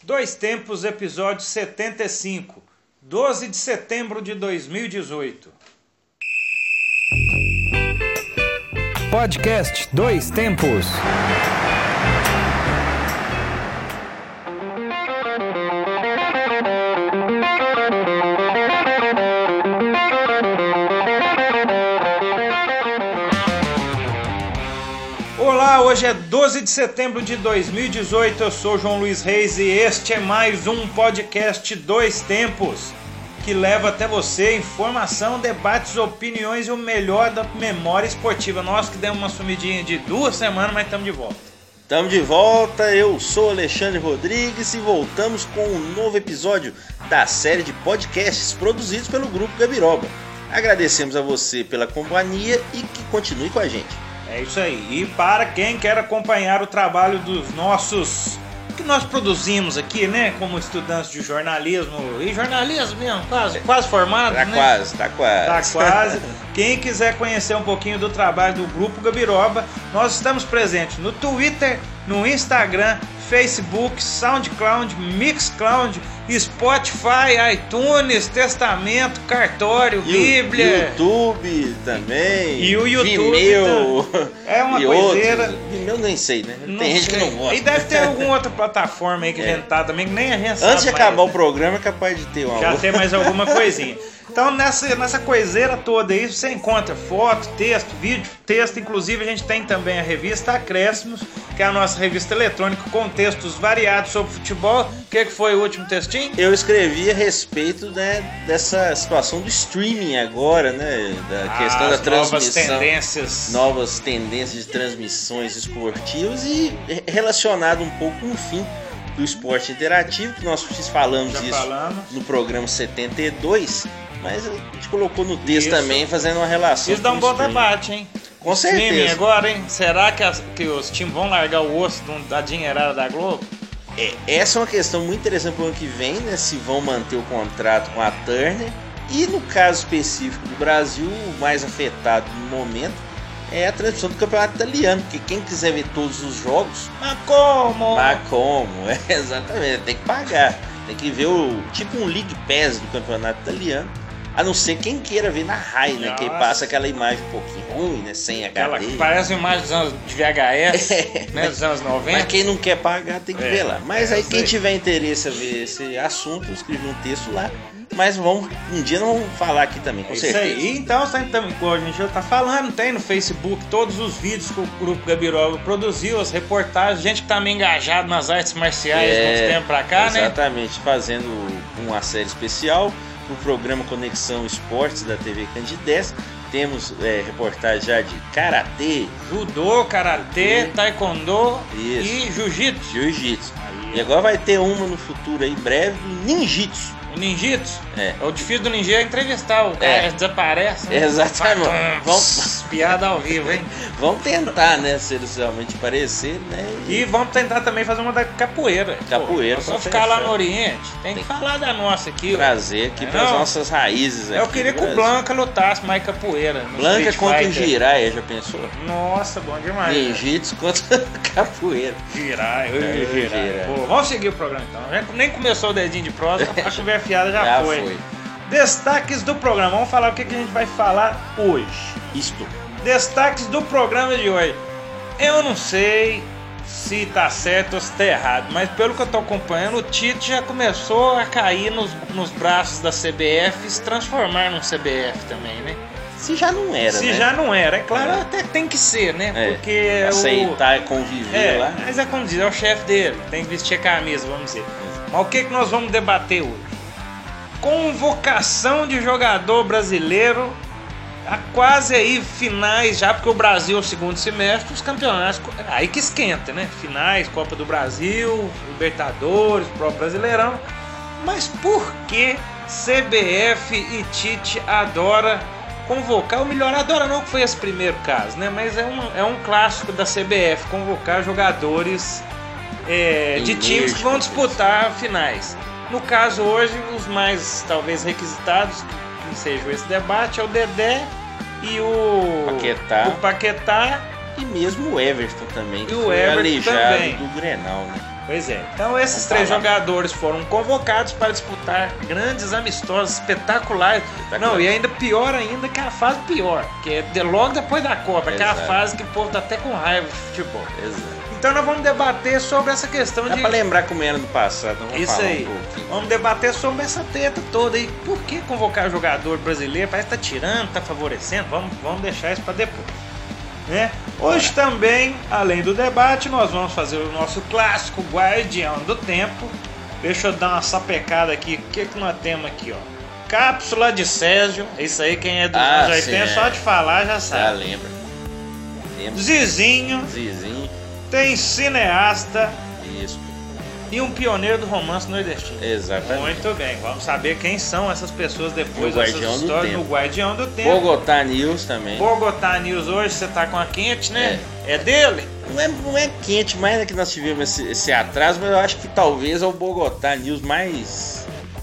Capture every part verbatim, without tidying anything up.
Dois Tempos, episódio setenta e cinco, doze de setembro de dois mil e dezoito. Podcast Dois Tempos. Olá, hoje é doze de setembro de dois mil e dezoito, eu sou João Luiz Reis e este é mais um podcast Dois Tempos, que leva até você informação, debates, opiniões e o melhor da memória esportiva. Nós que demos uma sumidinha de duas semanas, mas estamos de volta. Estamos de volta, eu sou Alexandre Rodrigues e voltamos com um novo episódio da série de podcasts produzidos pelo Grupo Gabiroba. Agradecemos a você pela companhia e que continue com a gente. É isso aí. E para quem quer acompanhar o trabalho dos nossos... que nós produzimos aqui, né? Como estudantes de jornalismo. E jornalismo mesmo, quase, quase formados, tá né? Quase, tá quase. Tá quase. Quem quiser conhecer um pouquinho do trabalho do Grupo Gabiroba, nós estamos presentes no Twitter, no Instagram, Facebook, SoundCloud, Mixcloud, Spotify, iTunes, Testamento, Cartório, e Bíblia. YouTube também. E o YouTube. Vimeo. É uma e coiseira. Outros. Vimeo nem sei, né? Não Tem gente sei. que não gosta. E deve ter alguma outra plataforma aí que É. inventar também, que nem a gente sabe. Antes de mais, acabar né? o programa é capaz de ter uma Já outra. tem mais alguma coisinha. Então nessa, nessa coiseira toda aí você encontra foto, texto, vídeo, texto. Inclusive a gente tem também a revista Acréscimos, que é a nossa revista eletrônica com textos variados sobre futebol. O que, que foi o último textinho? Eu escrevi a respeito, né, dessa situação do streaming agora, né, da questão Ah, da as novas transmissão, tendências. novas tendências de transmissões esportivas e relacionado um pouco com o fim do esporte interativo, que nós falamos Já isso falamos. no programa setenta e dois, mas a gente colocou no texto Isso. também, fazendo uma relação Isso dá um com o bom streaming. debate, hein? Com Streaming certeza. agora, hein? Será que, as, que os times vão largar o osso da dinheirada da Globo? É, essa é uma questão muito interessante para o ano que vem, né? Se vão manter o contrato com a Turner. E no caso específico do Brasil, o mais afetado no momento é a transmissão do campeonato italiano. Porque quem quiser ver todos os jogos, Mas como? mas como? É, exatamente, tem que pagar. Tem que ver o tipo um League Pass do campeonato italiano. A não ser quem queira ver na Rai, né? Que Nossa. passa aquela imagem um pouquinho ruim, né? Sem Aquela H D. que parece uma imagem dos anos de V H S, É, né? Dos anos noventa. Mas quem não quer pagar tem que É, ver lá. Mas é, aí eu quem sei. tiver interesse a ver esse assunto, eu escrevi um texto lá. Mas vamos, um dia nós vamos falar aqui também, com É isso certeza. aí. E então, sempre, como a gente já tá falando, tem no Facebook todos os vídeos que o Grupo Gabiroba produziu, as reportagens, gente que tá meio engajado nas artes marciais de uns tempos pra cá, né? Exatamente, fazendo uma série especial no programa Conexão Esportes da T V Candidez. Temos é, reportagem já de karatê, Judô, karatê, taekwondo Isso. e jiu-jitsu. jiu-jitsu. Aí, E agora vai ter uma no futuro aí, breve, do ninjitsu. O ninjitsu. É. O difícil do ninja é entrevistar, o cara É. desaparece. Né? Exatamente. Vamos. Vamos- Piada ao vivo, hein? Vamos tentar, né? Se eles realmente aparecerem, né? E vamos tentar também fazer uma da capoeira. Capoeira, Pô, só pra ficar lá fechar. no Oriente. Tem que Tem falar da nossa aqui. ó. trazer aqui É, para as não? nossas raízes aqui. Eu queria do que o Brasil. Blanca lutasse mais capoeira. no Blanca Street contra o Fighter. Jiraiya, já pensou? Nossa, bom demais. Ninjitsu contra capoeira. Girar, eu É, girar. girar. Pô, vamos seguir o programa então. Já nem começou o dedinho de prosa, a conversa fiada já, Já foi. foi. Destaques do programa. Vamos falar o que que a gente vai falar hoje. Isto. Destaques do programa de hoje. Eu não sei se tá certo ou se tá errado, mas pelo que eu tô acompanhando, o Tite já começou a cair nos, nos braços da C B F e se transformar num C B F também, né? Se já não era, se né? já não era, é claro, É. até tem que ser, né? É. Porque o... Aceitar e conviver É, lá. mas é como diz, é o chefe dele, tem que vestir a camisa, vamos dizer. Mas o que, que nós vamos debater hoje? Convocação de jogador brasileiro a quase aí finais, já porque o Brasil é o segundo semestre, os campeonatos, aí que esquenta, né? Finais, Copa do Brasil, Libertadores, próprio Brasileirão. Mas por que C B F e Tite adora convocar, ou melhor, adora não que foi esse primeiro caso, né? Mas é um, é um clássico da C B F, convocar jogadores é, de times que vão disputar finais. No caso hoje, os mais talvez requisitados, que seja esse debate, é o Dedé e o Paquetá. o Paquetá E mesmo o Everton também, que E o foi Everton aleijado também. do Grenal, né? Pois é. Então esses três jogadores foram convocados para disputar grandes amistosos espetaculares. Espetacular. Não, e ainda pior ainda que a fase pior, que é de logo depois da Copa, Exato. que é a fase que o povo tá até com raiva de futebol. Exato. Então nós vamos debater sobre essa questão Dá de... pra lembrar como era no passado. Vamos Isso falar aí. Um vamos debater sobre essa treta toda aí. Por que convocar jogador brasileiro? Parece que tá tirando, tá favorecendo. Vamos, vamos deixar isso pra depois. Né? Hoje também, além do debate, nós vamos fazer o nosso clássico Guardião do Tempo. Deixa eu dar uma sapecada aqui. O que, que nós temos aqui, ó? Cápsula de Sérgio. Isso aí, quem é dos ah, anos oitenta, é. só de falar já sabe. Já lembra. lembra. Zizinho. Zizinho. Tem cineasta. Isso. E um pioneiro do romance nordestino. Exatamente. Muito bem, vamos saber quem são essas pessoas depois no dessas histórias no Guardião do Tempo. Bogotá News também. Bogotá News hoje, você tá com a quente, né? É, é dele? Não é, não é quente, mais é que nós tivemos esse, esse atraso, mas eu acho que talvez é o Bogotá News mais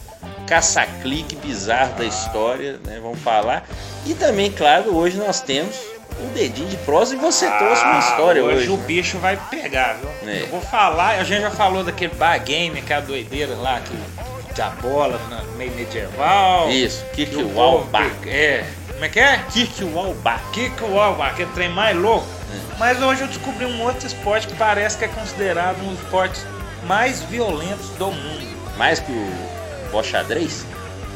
caça-clique bizarro ah. da história, né? Vamos falar. E também, claro, hoje nós temos um dedinho de prosa e você ah, trouxe uma história hoje. Hoje o né? bicho vai pegar, viu? É. Eu vou falar, a gente já falou daquele bar game, aquela doideira lá, que da bola no meio medieval. Isso, Kick Walba. É, como é que é? Kick Walba. Kick Walba, aquele trem mais louco. É. Mas hoje eu descobri um outro esporte que parece que é considerado um dos esportes mais violentos do mundo. Mais que o boxadrez?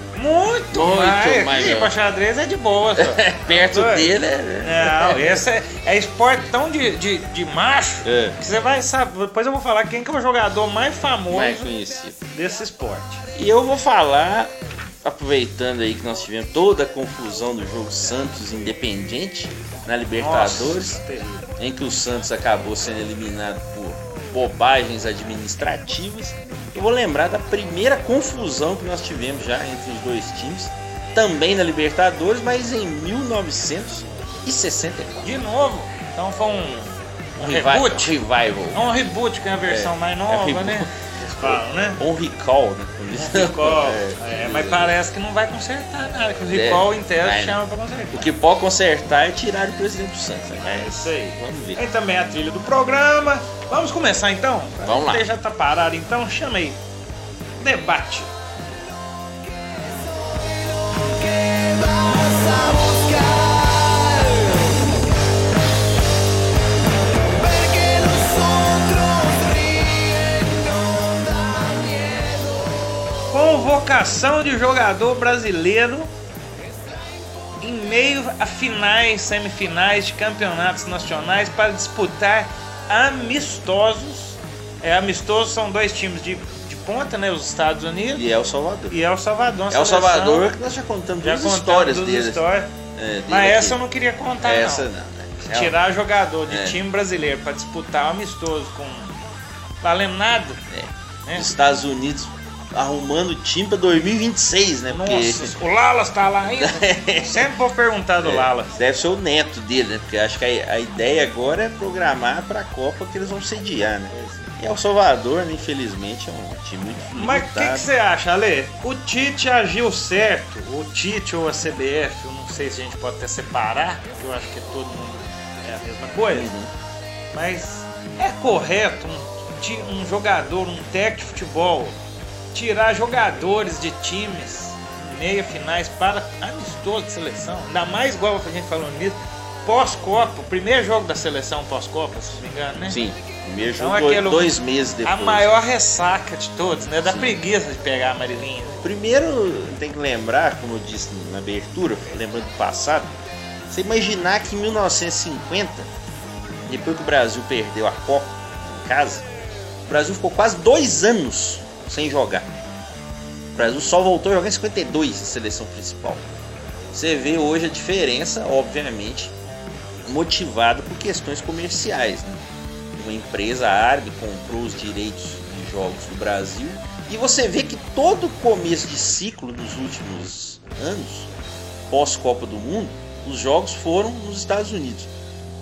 Muito, Muito mais. mais. Aqui, pra xadrez é de boa, só. Perto dele é. Não, esse é, é esporte tão de, de, de macho é. que você vai saber. Depois eu vou falar quem que é o jogador mais famoso mais conhecido desse esporte. E eu vou falar, aproveitando aí que nós tivemos toda a confusão do jogo Santos Independiente na Libertadores, Nossa, em que o Santos acabou sendo eliminado por bobagens administrativas. Eu vou lembrar da primeira confusão que nós tivemos já entre os dois times, também na Libertadores, mas em mil novecentos e sessenta e quatro. De novo? Então foi um, um, um reboot? Revival. É um reboot, que é a versão é, mais nova, é né? Eles falam, né? Um recall, né? Um recall. é, é, mas parece que não vai consertar nada, que o recall é, em tese chama pra consertar. O que pode consertar é tirar o presidente do Santos. Né? É isso aí. Vamos ver. Tem também a trilha do programa. Vamos começar então? Vamos lá. Você já tá parado então? Chama aí. Debate. Convocação de jogador brasileiro em meio a finais, semifinais de campeonatos nacionais para disputar amistosos. É, amistosos são dois times de ponta, né, os Estados Unidos e El Salvador. E El Salvador. El Salvador, que nós já contamos já duas histórias deles. Histórias. É, dele Mas aqui. Essa eu não queria contar, essa não. não. Né? Tirar jogador de é. time brasileiro para disputar um amistoso com valendo nada. É. Né? Os Estados Unidos arrumando time para dois mil e vinte e seis, né? Nossa, porque... o Lalas tá lá ainda? Sempre vou perguntar do é, Lalas. Deve ser o neto dele, né? Porque acho que a, a ideia agora é programar para a Copa que eles vão sediar, né? E El Salvador, né, infelizmente, é um time muito limitado. Mas o que você acha, Ale? O Tite agiu certo? O Tite ou a C B F, eu não sei se a gente pode até separar, porque eu acho que todo mundo é a mesma coisa. Uhum. Mas é correto um, um jogador, um técnico de futebol, tirar jogadores de times meia finais para amistoso de seleção? Ainda mais igual a gente falou nisso, pós-Copa, o primeiro jogo da seleção pós-Copa, se não me engano, né? Sim. Primeiro jogo, então, aquele, dois meses depois. A maior ressaca de todos, né? Da Sim. preguiça de pegar a Marilinha. Primeiro, tem que lembrar, como eu disse na abertura, lembrando do passado, você imaginar que em mil novecentos e cinquenta, depois que o Brasil perdeu a Copa em casa, o Brasil ficou quase dois anos sem jogar. O Brasil só voltou a jogar em cinquenta e dois, a seleção principal. Você vê hoje a diferença, obviamente, motivada por questões comerciais, né? Uma empresa árabe comprou os direitos de jogos do Brasil e você vê que todo começo de ciclo nos últimos anos, pós-Copa do Mundo, os jogos foram nos Estados Unidos.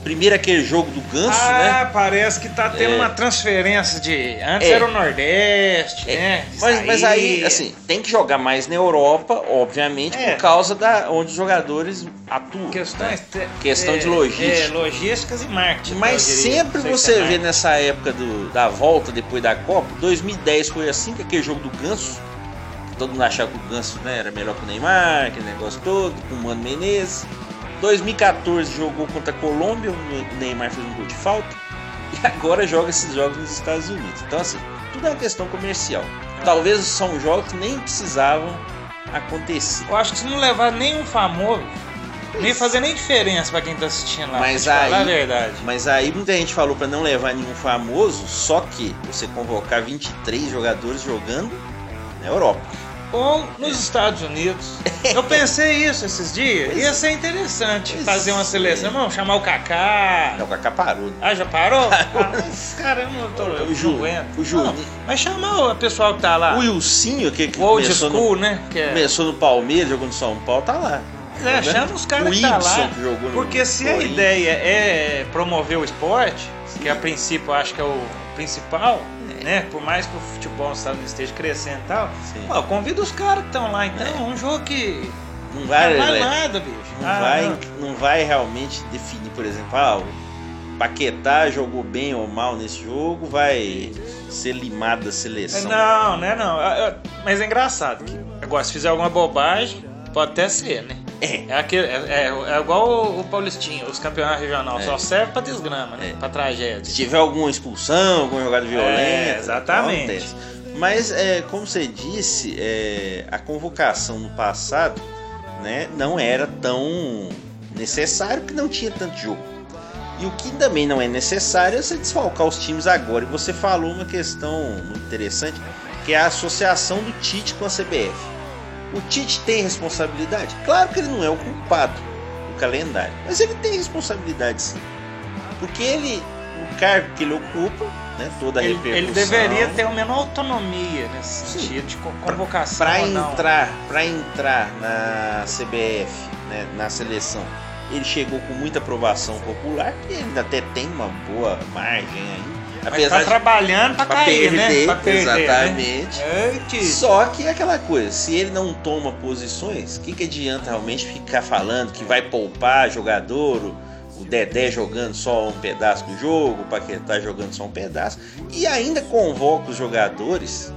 Primeiro aquele jogo do Ganso, ah, né? Ah, parece que tá tendo é. uma transferência de... Antes é. era o Nordeste, é. né? Mas aí... mas aí, assim, tem que jogar mais na Europa, obviamente, é. por causa da onde os jogadores atuam. Questões... Né? Questão é, de logística. É, logísticas e marketing. Mas sempre você vê nessa época do, da volta, depois da Copa, dois mil e dez foi assim, que aquele jogo do Ganso, todo mundo achava que o Ganso, né, era melhor que o Neymar, aquele negócio todo, com o Mano Menezes. dois mil e quatorze jogou contra a Colômbia, o Neymar fez um gol de falta. E agora joga esses jogos nos Estados Unidos. Então assim, tudo é uma questão comercial. Talvez são jogos que nem precisavam acontecer. Eu acho que se não levar nenhum famoso, nem fazer nem diferença pra quem tá assistindo lá. Mas aí, falar a verdade. Mas aí muita gente falou pra não levar nenhum famoso, só que você convocar vinte e três jogadores jogando na Europa. Ou nos Estados Unidos. Eu pensei isso esses dias. Ia ser interessante fazer uma seleção. Vamos chamar o Kaká. Não, o Kaká parou. Ah, já parou? Ah, mas, caramba, eu tô o Ju, o Ju. Não, mas chamar o pessoal que tá lá. O Wilsinho, que, que o old começou, school, no, né? Que é... começou no Palmeiras, jogou no São Paulo, tá lá. É, chama os caras que tá lá. Que jogou porque no se a ideia é promover o esporte, sim, que a princípio eu acho que é o principal, é. né? Por mais que o futebol nos Estados Unidos esteja crescendo e tal, ó, convida os caras que estão lá, então. É um jogo que não vai, não vai é, nada, bicho. Não, ah, vai, não. não vai realmente definir, por exemplo, ah, o Paquetá jogou bem ou mal nesse jogo, vai ser limado da seleção. Não, né? Não. Mas é engraçado que agora, se fizer alguma bobagem, pode até ser, né? É, é, aquele, é, é, é igual o, o Paulistinho, os campeonatos regionais, é. só serve pra desgrama, né? É. Pra tragédia. Se tiver alguma expulsão, alguma jogada violenta. É, exatamente. Mas, é, como você disse, é, a convocação no passado, né, não era tão necessário, porque não tinha tanto jogo. E o que também não é necessário é você desfalcar os times agora. E você falou uma questão muito interessante, que é a associação do Tite com a C B F. O Tite tem responsabilidade? Claro que ele não é o culpado do calendário, mas ele tem responsabilidade sim. Porque ele, o cargo que ele ocupa, né, toda a ele, repercussão... Ele deveria ter uma menor autonomia nesse sim, sentido de convocação. Para entrar, para entrar na C B F, né, na seleção, ele chegou com muita aprovação popular, e ele até tem uma boa margem aí. Apesar tá de, trabalhando pra, pra cair, perder, né? Pra perder, exatamente. Né? Só que é aquela coisa, se ele não toma posições, o que, que adianta realmente ficar falando que vai poupar jogador, o, o Dedé jogando só um pedaço do jogo, o Paquetá jogando só um pedaço, e ainda convoca os jogadores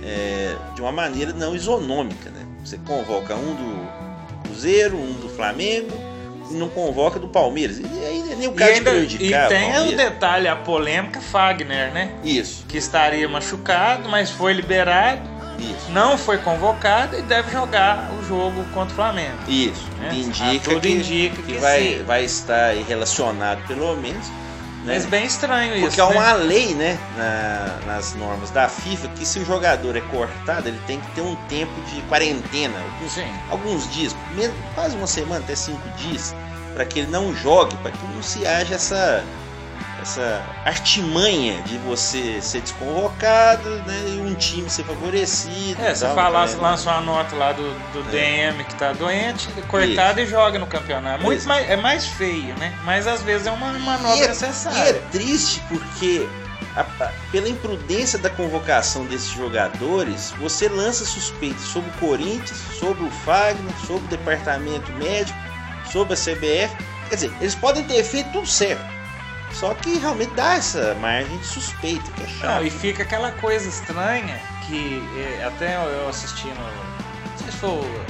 é, de uma maneira não isonômica, né? Você convoca um do Cruzeiro, um do Flamengo, não convoca do Palmeiras. E aí nem o caso de prejudicar. E tem o detalhe, a polêmica Fagner, né? Isso. Que estaria machucado, mas foi liberado. Isso. Não foi convocado e deve jogar o jogo contra o Flamengo. Isso. Né? Indica, tudo que, indica que, que vai, vai estar relacionado, pelo menos. Né? Mas bem estranho isso. Porque há né? uma lei, né, na, nas normas da FIFA, que se o jogador é cortado, ele tem que ter um tempo de quarentena, alguns, alguns dias, mesmo, quase uma semana, até cinco dias, para que ele não jogue, para que não se haja essa, essa artimanha de você ser desconvocado, né, e um time ser favorecido. É, você falasse, né? Lança uma nota lá do, do é. D M que tá doente, cortado isso. E joga no campeonato. Muito mais, é mais feio, né? Mas às vezes é uma manobra e é, necessária. E é triste porque, a, a, pela imprudência da convocação desses jogadores, você lança suspeitas sobre o Corinthians, sobre o Fagner, sobre o departamento médico, sobre a C B F. Quer dizer, eles podem ter feito tudo certo. Só que realmente dá essa margem de suspeita, que é chato. Não, e fica aquela coisa estranha que é, até eu assisti no. Não sei se foi o,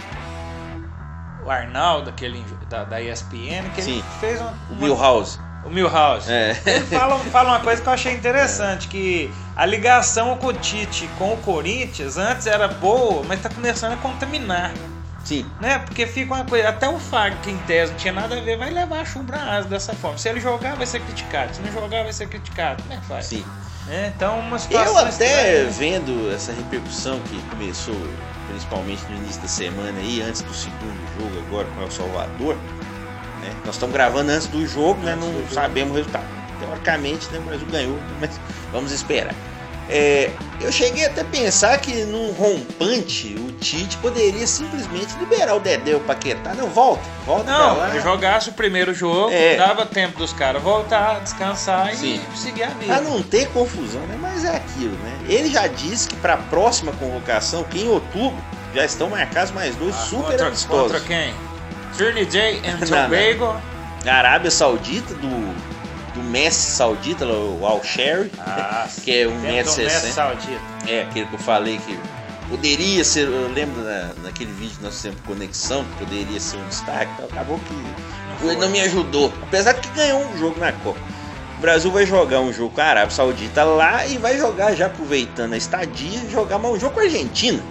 o Arnaldo, aquele da, da E S P N, que Sim, ele fez uma. O Milhouse. O Milhouse. É. Ele fala, fala uma coisa que eu achei interessante, é. que a ligação com o Tite com o Corinthians antes era boa, mas está começando a contaminar. Sim. Né? Porque fica uma coisa. Até o Fag, que em tese não tinha nada a ver, vai levar a chuva na asa dessa forma. Se ele jogar, vai ser criticado. Se não jogar, vai ser criticado. Como é que faz? Sim. É, então, uma situação. Eu até estranha. vendo essa repercussão que começou, principalmente no início da semana aí, antes do segundo jogo agora com o El Salvador, né? Nós estamos gravando antes do jogo, né? Não sabemos o resultado. Teoricamente, né? O Brasil ganhou, mas vamos esperar. É, eu cheguei até a pensar que num rompante o Tite poderia simplesmente liberar o Dedé e o Paquetá. Não, volta, volta Não, pra lá. ele jogasse o primeiro jogo, É. dava tempo dos caras voltar, descansar Sim. e seguir a vida. Pra não ter confusão, né? Mas é aquilo, né? Ele já disse que para a próxima convocação, que em outubro, já estão marcados mais dois Ah, super contra, amistosos. contra quem? Trinidad and Não, Tobago. Na Arábia Saudita, do, do Messi Saudita, o Al-Sheri, Ah, que é um Tem metro e do Messi sessenta. Saudita. É, aquele que eu falei que poderia ser, eu lembro na, naquele vídeo que nós fizemos Conexão, que poderia ser um destaque, então acabou que foi. ele não me ajudou. Apesar de que ganhou um jogo na Copa. O Brasil vai jogar um jogo com a Arábia Saudita lá e vai jogar, já aproveitando a estadia, jogar mais um jogo com a Argentina.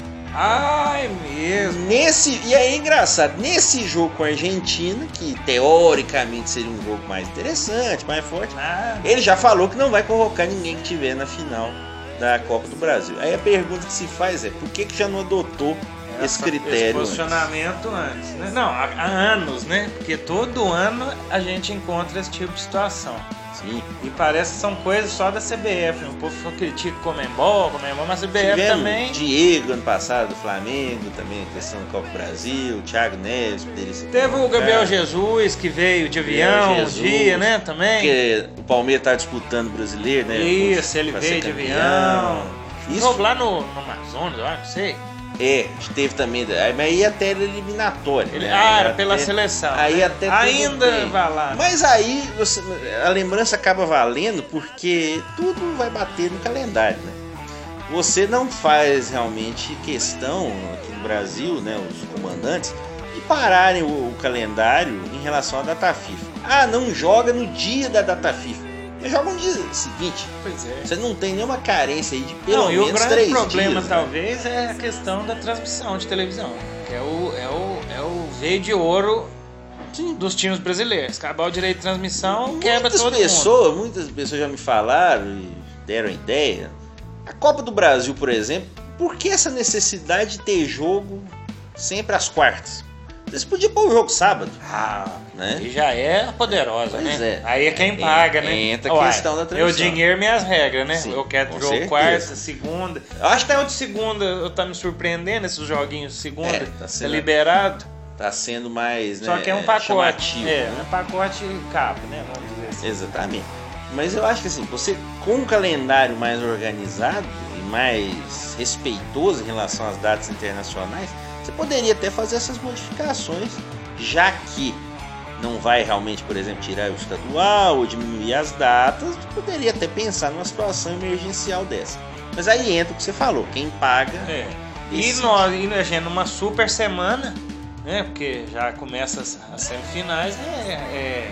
Ai, mesmo. Nesse, e aí é engraçado, nesse jogo com a Argentina, que teoricamente seria um jogo mais interessante, mais forte, Ah, ele já falou que não vai convocar ninguém que tiver na final da Copa do Brasil. Aí a pergunta que se faz é, por que, que já não adotou esse critério Esse antes? posicionamento antes, né? Não, há, há anos, né? Porque todo ano a gente encontra esse tipo de situação. Sim. E parece que são coisas só da C B F. O povo só critica o Comembol, Comembol, mas a C B F Tivemos também. Diego ano passado do Flamengo, também a questão do Copa do Brasil, Thiago Neves poderia ser Teve o convocado. Gabriel Jesus que veio de avião um Jesus, dia, né? Também. Porque o Palmeiras tá disputando o brasileiro, né? Isso, ele pra veio ser de campeão. avião. Isso Jogo lá no, no Amazonas, eu acho, não sei. é, teve também, aí- mas aí até era eliminatória. Ele, né? ah, Aí era até- pela seleção. Aí né? até tudo Ainda bem. vai lá. Mas aí você- a lembrança acaba valendo porque tudo vai bater no calendário, né? Você não faz realmente questão aqui no Brasil, né, os comandantes, de pararem o, o calendário em relação à data FIFA. Ah, não joga no dia da data FIFA. Mas joga no dia seguinte. Pois é. Você não tem nenhuma carência aí de pelo Não, e o menos grande três problema dias, né? talvez é a questão da transmissão de televisão. Que é o, é o, é o veio de ouro dos times brasileiros. Acabar o direito de transmissão quebra Muitas todo pessoas, mundo. muitas pessoas já me falaram e deram ideia. A Copa do Brasil, por exemplo, por que essa necessidade de ter jogo sempre às quartas? Vocês podiam pôr o jogo sábado, Ah, né? e já é poderosa, Pois né? é. Aí é quem É, paga, né? entra a Uai, questão da meu transmissão. dinheiro, minhas regras, né? Sim, eu quero com jogo certeza. quarta, segunda. Eu acho Até o de segunda eu tá me surpreendendo, esses joguinhos de segunda. É, tá, tá sendo- liberado. Tá sendo mais, né, Só que é um pacote. chamativo. É, né? um pacote cabo, né? Vamos dizer assim. Exatamente. Mas eu acho que assim, você com um calendário mais organizado e mais respeitoso em relação às datas internacionais, você poderia até fazer essas modificações, já que não vai realmente, por exemplo, tirar o estadual ou diminuir as datas, você poderia até pensar numa situação emergencial dessa. Mas aí entra o que você falou, quem paga... É. E decide. nós, e a gente numa super semana, né? Porque já começa as, as semifinais, é, é,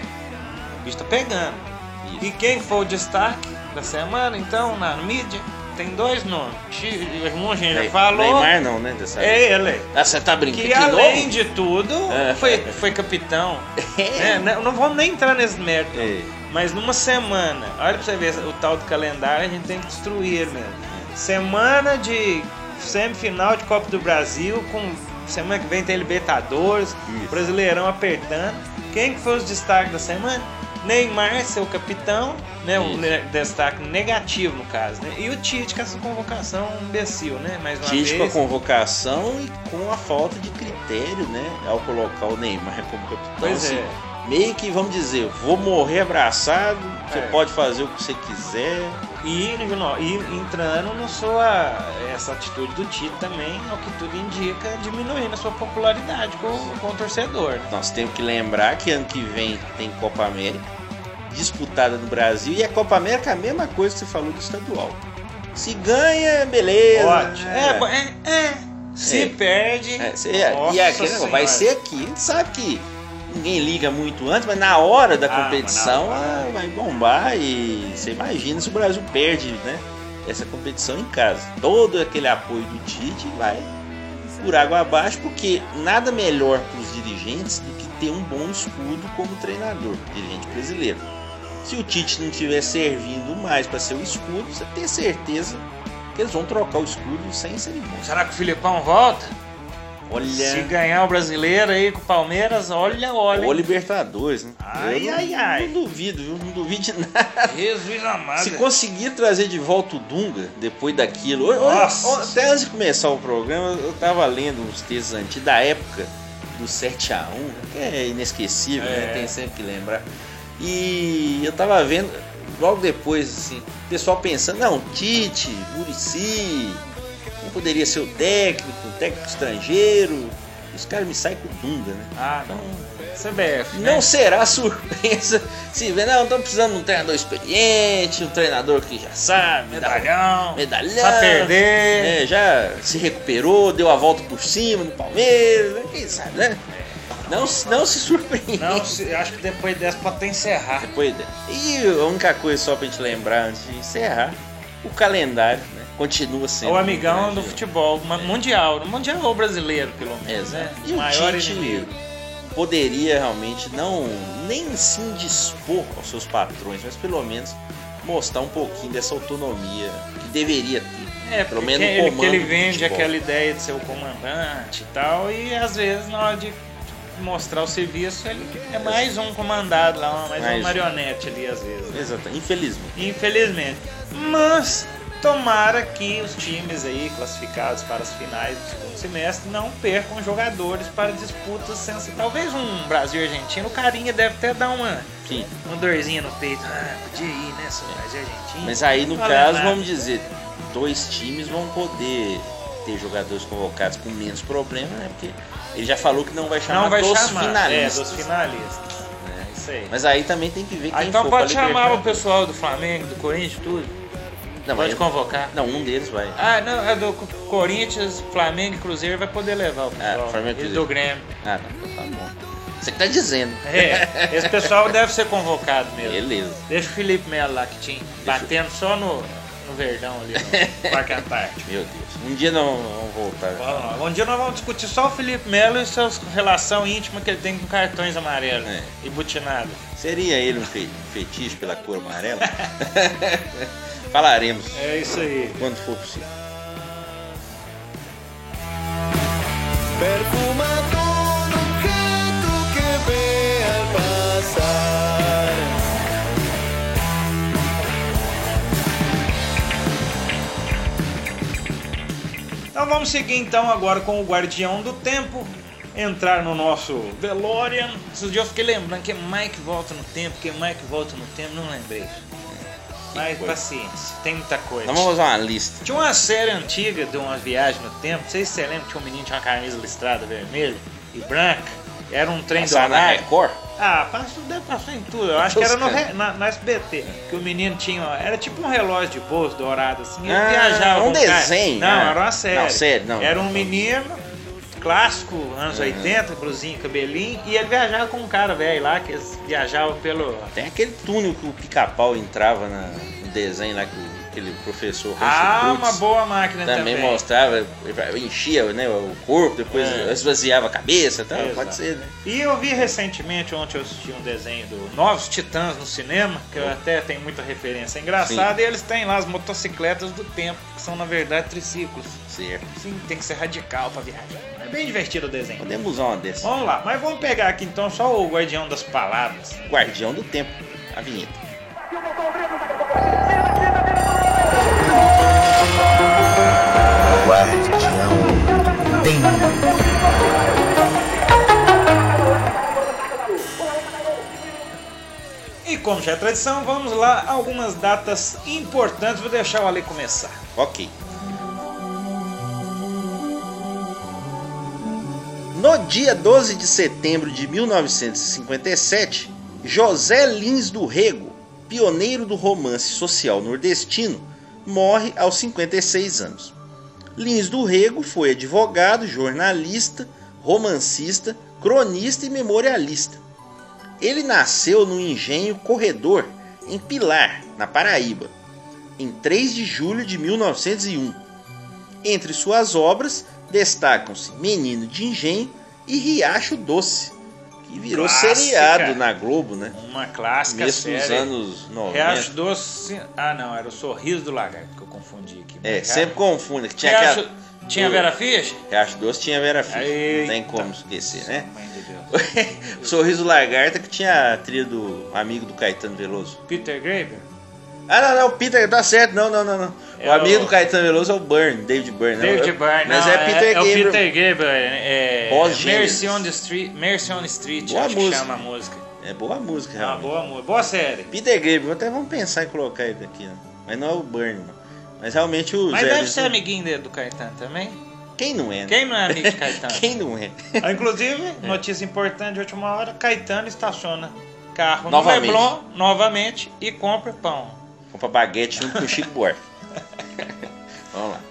o bicho tá pegando. Isso. E quem foi o destaque da semana, então, na mídia? Tem dois nomes. Chi- Um a gente já Ne- falou. Neymar não, né? Dessa vez. É ele. Ah, você tá brincando? Que De além novo? de tudo, É. foi, foi capitão. É. É, não, não vamos nem entrar nesse mérito. É. Mas numa semana, olha pra você ver o tal do calendário, a gente tem que destruir ele mesmo. Semana de semifinal de Copa do Brasil, com semana que vem tem Libertadores, Isso. Brasileirão apertando. Quem que foi os destaques da semana? Neymar, seu capitão, né? Um Isso. ne- destaque negativo no caso, né? E o Tite com essa convocação imbecil, né? Mais uma Tite com a vez. convocação e com a falta de critério, né? Ao colocar o Neymar como capitão. Pois assim, é. meio que, vamos dizer, vou morrer abraçado, você É. pode fazer o que você quiser. E, não, e entrando na sua. Essa atitude do Tite também, ao que tudo indica, diminuindo a sua popularidade com, com o torcedor. Né? Nós temos que lembrar que ano que vem tem Copa América, disputada no Brasil, e a Copa América é a mesma coisa que você falou do estadual. Se ganha, beleza. Ótimo. É. É, é, é. Se É. perde. É, cê- nossa e aquele negócio, vai Senhora. ser aqui. A gente sabe que ninguém liga muito antes, mas na hora da Ah, competição mas na hora. ah, vai bombar. E você imagina se o Brasil perde, né, essa competição em casa. Todo aquele apoio do Tite vai por água abaixo, porque nada melhor para os dirigentes do que ter um bom escudo como treinador, dirigente brasileiro. Se o Tite não estiver servindo mais para ser o escudo, você tem certeza que eles vão trocar o escudo sem cerimônia. Será que o Filipão volta? Olha. Se ganhar o brasileiro aí com o Palmeiras, olha, olha. Ou Libertadores, né? Ai, Eu ai, não, ai. Não duvido, viu? Não duvide nada. Jesus amado. Se conseguir trazer de volta o Dunga depois daquilo. Nossa. Até antes de começar o programa, eu tava lendo uns textos antigos da época do sete a um, que é inesquecível, É. né? Tem sempre que lembrar. E eu tava vendo, logo depois, assim, o pessoal pensando, não, Tite, Muricy, não poderia ser o técnico, um técnico estrangeiro. Os caras me saem com o Dunga, né? Ah, não. C B F, né? Não será surpresa se ver, não, estão precisando de um treinador experiente, um treinador que já sabe, Medalhão. medalhão, Sabe perder. né, já se recuperou, deu a volta por cima no Palmeiras, né, quem sabe, né? Não, não se surpreende. Não, se- acho que depois dessa pode até encerrar. Depois de- E a única coisa só pra gente lembrar antes de encerrar, o calendário, né, continua sendo O amigão muito do grande. futebol ma- mundial, no mundial ou brasileiro, pelo menos, né? Exato. E o Maior Tite inimigo. poderia realmente não nem se indispor aos seus patrões, mas pelo menos mostrar um pouquinho dessa autonomia que deveria ter. É, pelo porque menos no ele, que comando ele do vende futebol. aquela ideia de ser o comandante e tal, e às vezes na hora de mostrar o serviço ele é mais um comandado lá, mais, Mais uma um. marionete ali às vezes. né? Exato, infelizmente. Infelizmente. Mas tomara que os times aí classificados para as finais do segundo semestre não percam jogadores para disputas sensacionais. Talvez um Brasil e Argentina, o carinha deve até dar uma, Sim. uma dorzinha no peito. Ah, podia ir, né, seu Brasil e Argentina. Mas aí no Não vale caso, nada. vamos dizer, dois times vão poder ter jogadores convocados com menos problema, né? Porque ele já falou que não vai chamar Não vai dos chamar, finalistas. é, dos finalistas. né? Isso aí. Mas aí também tem que ver quem Ah, então for pode pra chamar o Libertadores. pessoal do Flamengo, do Corinthians, tudo. Não, Pode mas- convocar. Não, um deles vai. Ah, não, é do Corinthians, Flamengo e Cruzeiro vai poder levar o pessoal. Ah, Flamengo e e Cruzeiro. do Grêmio. Ah, não, então tá bom. Você que tá dizendo. É, esse pessoal deve ser convocado mesmo. Beleza. Deixa o Felipe Melo lá que tinha, batendo só no, no Verdão ali, no Parque Antártico. Meu Deus. Um dia não vamos voltar. Vamos lá. Um dia nós vamos discutir só o Felipe Melo e sua relação íntima que ele tem com cartões amarelos É. e butinados. Seria ele um fe- fetiche pela cor amarela? Falaremos É isso aí. quando for possível. Perfuma todo objeto que ve al pasar. Então vamos seguir então agora com o Guardião do Tempo. Entrar no nosso DeLorean. Esses dias eu fiquei lembrando que é Mike volta no tempo, que é Mike volta no tempo, não lembrei. Mas coisa. paciência, tem muita coisa. Então vamos fazer uma lista. Tinha uma série antiga de uma viagem no tempo, não sei se você lembra, tinha um menino que tinha uma camisa listrada vermelha e branca, era um trem Passar na dourado. Record? Ah, passou, deve passar em tudo, eu acho que era no, re- na, na S B T, que o menino tinha, era tipo um relógio de bolso dourado assim, ele Ah, viajava um com o cara. desenho, Não, né? era uma série. Não, série, não. Era um menino clássico, anos Uhum. oitenta, blusinho, cabelinho, e ele viajava com um cara velho lá, que eles viajavam pelo... Tem aquele túnel que o pica-pau entrava na, no desenho lá que o, aquele professor Ah, Russell uma Cruz boa máquina também, também. mostrava, enchia, né, o corpo, depois É. esvaziava a cabeça, então Exato. pode ser, né? E eu vi recentemente, ontem eu assisti um desenho do Novos Titãs no cinema, que eu até tem muita referência engraçada, e eles têm lá as motocicletas do tempo, que são na verdade triciclos. Certo. Sim, tem que ser radical pra viajar. É bem divertido o desenho. Podemos usar uma dessas. Vamos lá, mas vamos pegar aqui então só o Guardião das Palavras. Guardião do Tempo, a vinheta. Guardião do Tempo. E como já é tradição, vamos lá, algumas datas importantes, vou deixar o Ale começar. Ok. No dia doze de setembro de mil novecentos e cinquenta e sete, José Lins do Rego, pioneiro do romance social nordestino, morre aos cinquenta e seis anos. Lins do Rego foi advogado, jornalista, romancista, cronista e memorialista. Ele nasceu no engenho Corredor, em Pilar, na Paraíba, em três de julho de mil novecentos e um. Entre suas obras destacam-se Menino de Engenho e Riacho Doce, que virou Clássica. seriado na Globo, né? Uma clássica Começo dos série. anos noventa. Riacho Doce. Ah, não, era o Sorriso do Lagarto que eu confundi aqui. É, Mas sempre confunde. Que tinha Riacho, aquela... Tinha Vera Fischer? Riacho Doce tinha Vera Fischer. Eita. Não tem como esquecer, né? Mãe de Deus. O Sorriso Lagarta que tinha a trilha do amigo do Caetano Veloso. Peter Gabriel? Ah, não, não, o Peter, tá certo, não, não, não, não. É o amigo o- do Caetano Veloso é o Byrne, David Byrne. David não, Byrne, Mas não, é Peter é, Gabriel. É o Peter Gabriel, é, é Voz Mercy Gênesis. on the Street, Mercy on the Street, Boa acho música. que chama a música. É boa música, É uma realmente. boa música, boa série. Peter Gabriel, até vamos pensar em colocar ele aqui, né? Mas não é o Byrne, não. Mas realmente o Mas Zé deve Luiz- ser amiguinho dele do Caetano também. Quem não é, né? Quem não é amigo de Caetano? Quem não é? Ah, inclusive, notícia importante de última hora, Caetano estaciona carro Novamente. no Leblon novamente e compra pão. Compra baguete junto com o Chico Buarque. Vamos lá.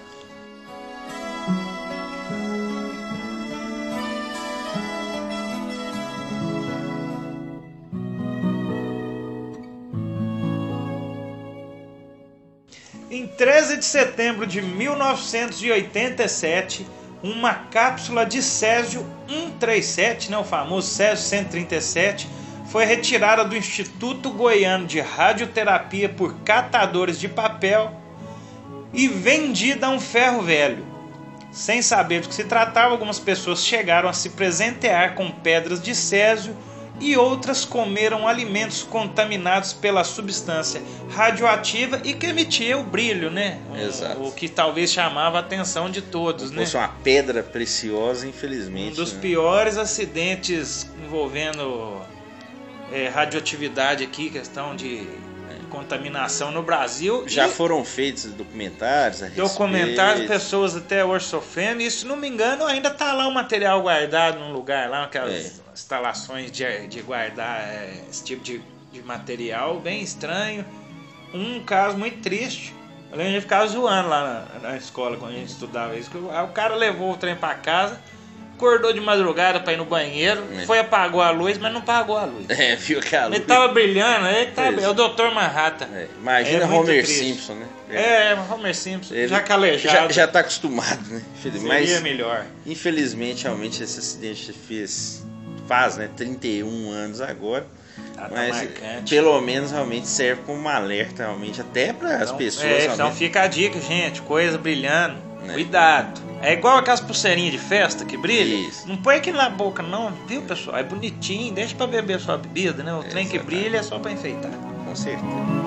Em treze de setembro de mil novecentos e oitenta e sete, uma cápsula de Césio cento e trinta e sete, né, o famoso Césio cento e trinta e sete, foi retirada do Instituto Goiano de Radioterapia por catadores de papel e vendida a um ferro velho. Sem saber do que se tratava, algumas pessoas chegaram a se presentear com pedras de Césio e outras comeram alimentos contaminados pela substância radioativa e que emitia o brilho, né? O, Exato. o que talvez chamava a atenção de todos, né? Fosse uma pedra preciosa, Um infelizmente. dos né? piores acidentes envolvendo é, radioatividade aqui, questão de contaminação no Brasil. Já e foram feitos documentários a documentários, respeito. pessoas até hoje sofrendo. E se não me engano, ainda tá lá o material guardado num lugar lá, aquelas É. instalações de, de guardar é, esse tipo de, de material bem estranho. Um caso muito triste. Eu lembro de ficar zoando lá na, na escola quando a gente estudava isso. que o- Aí o cara levou o trem pra casa, acordou de madrugada pra ir no banheiro, É. foi apagou a luz, mas não apagou a luz. É, viu, cara? Ele tava brilhando, aí tá, Isso. é o doutor Manhattan. É, imagina É muito Homer triste. Simpson, né? É, Homer Simpson, Ele já calejado. Já, já tá acostumado, né? seria Mas, melhor. infelizmente, realmente, esse acidente fez... Faz, né? trinta e um anos agora. Tá, tá Mas, marcante. pelo menos, realmente serve como um alerta, realmente, até para as Então, pessoas. É, então realmente. fica a dica, gente. Coisa brilhando. Né? Cuidado. É igual aquelas pulseirinhas de festa que brilha. Isso. Não põe aquilo na boca, não, viu, pessoal? É bonitinho, deixa pra beber sua bebida, né? O trem que Exatamente. brilha é só pra enfeitar. Com certeza.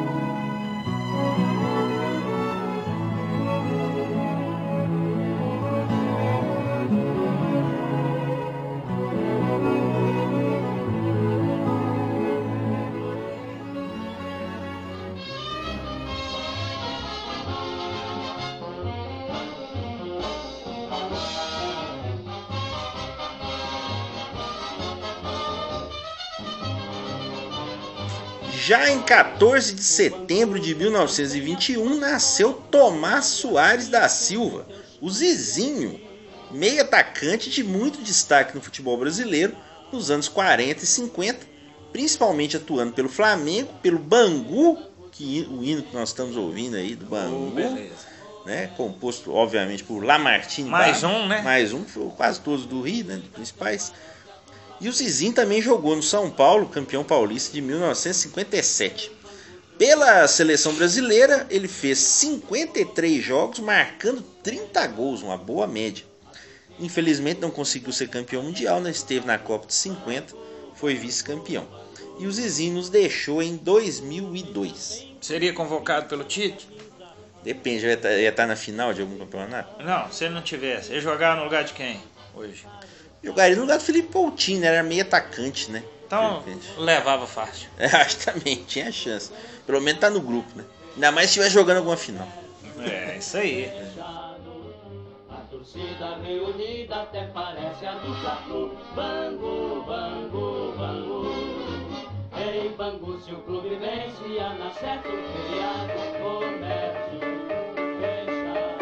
Já em quatorze de setembro de mil novecentos e vinte e um nasceu Tomás Soares da Silva, o Zizinho, meio atacante de muito destaque no futebol brasileiro nos anos quarenta e cinquenta, principalmente atuando pelo Flamengo, pelo Bangu, que o hino que nós estamos ouvindo aí do Bangu, Oh, beleza. né, composto obviamente por Lamartine Mais Bach, um, né? mais um, foi quase todos do Rio, né, dos principais. E o Zizinho também jogou no São Paulo, campeão paulista de mil novecentos e cinquenta e sete. Pela seleção brasileira, ele fez cinquenta e três jogos, marcando trinta gols, uma boa média. Infelizmente não conseguiu ser campeão mundial, né? Esteve na Copa de cinquenta, foi vice-campeão. E o Zizinho nos deixou em dois mil e dois. Seria convocado pelo Tite? Depende, ia estar, ia estar na final de algum campeonato? Não, se ele não tivesse. Ele jogava no lugar de quem hoje? Jogaria no lugar do Felipe Coutinho, né? Era meio atacante, né? Então, De repente. levava fácil. É, acho que também, tinha chance. Pelo menos tá no grupo, né? Ainda mais se estiver jogando alguma final. É, isso aí. A torcida reunida até parece a do Fla-Flu. Bangu, Bangu, Bangu. Em Bangu se o clube vence, anda certo o feriado, comércio fechado.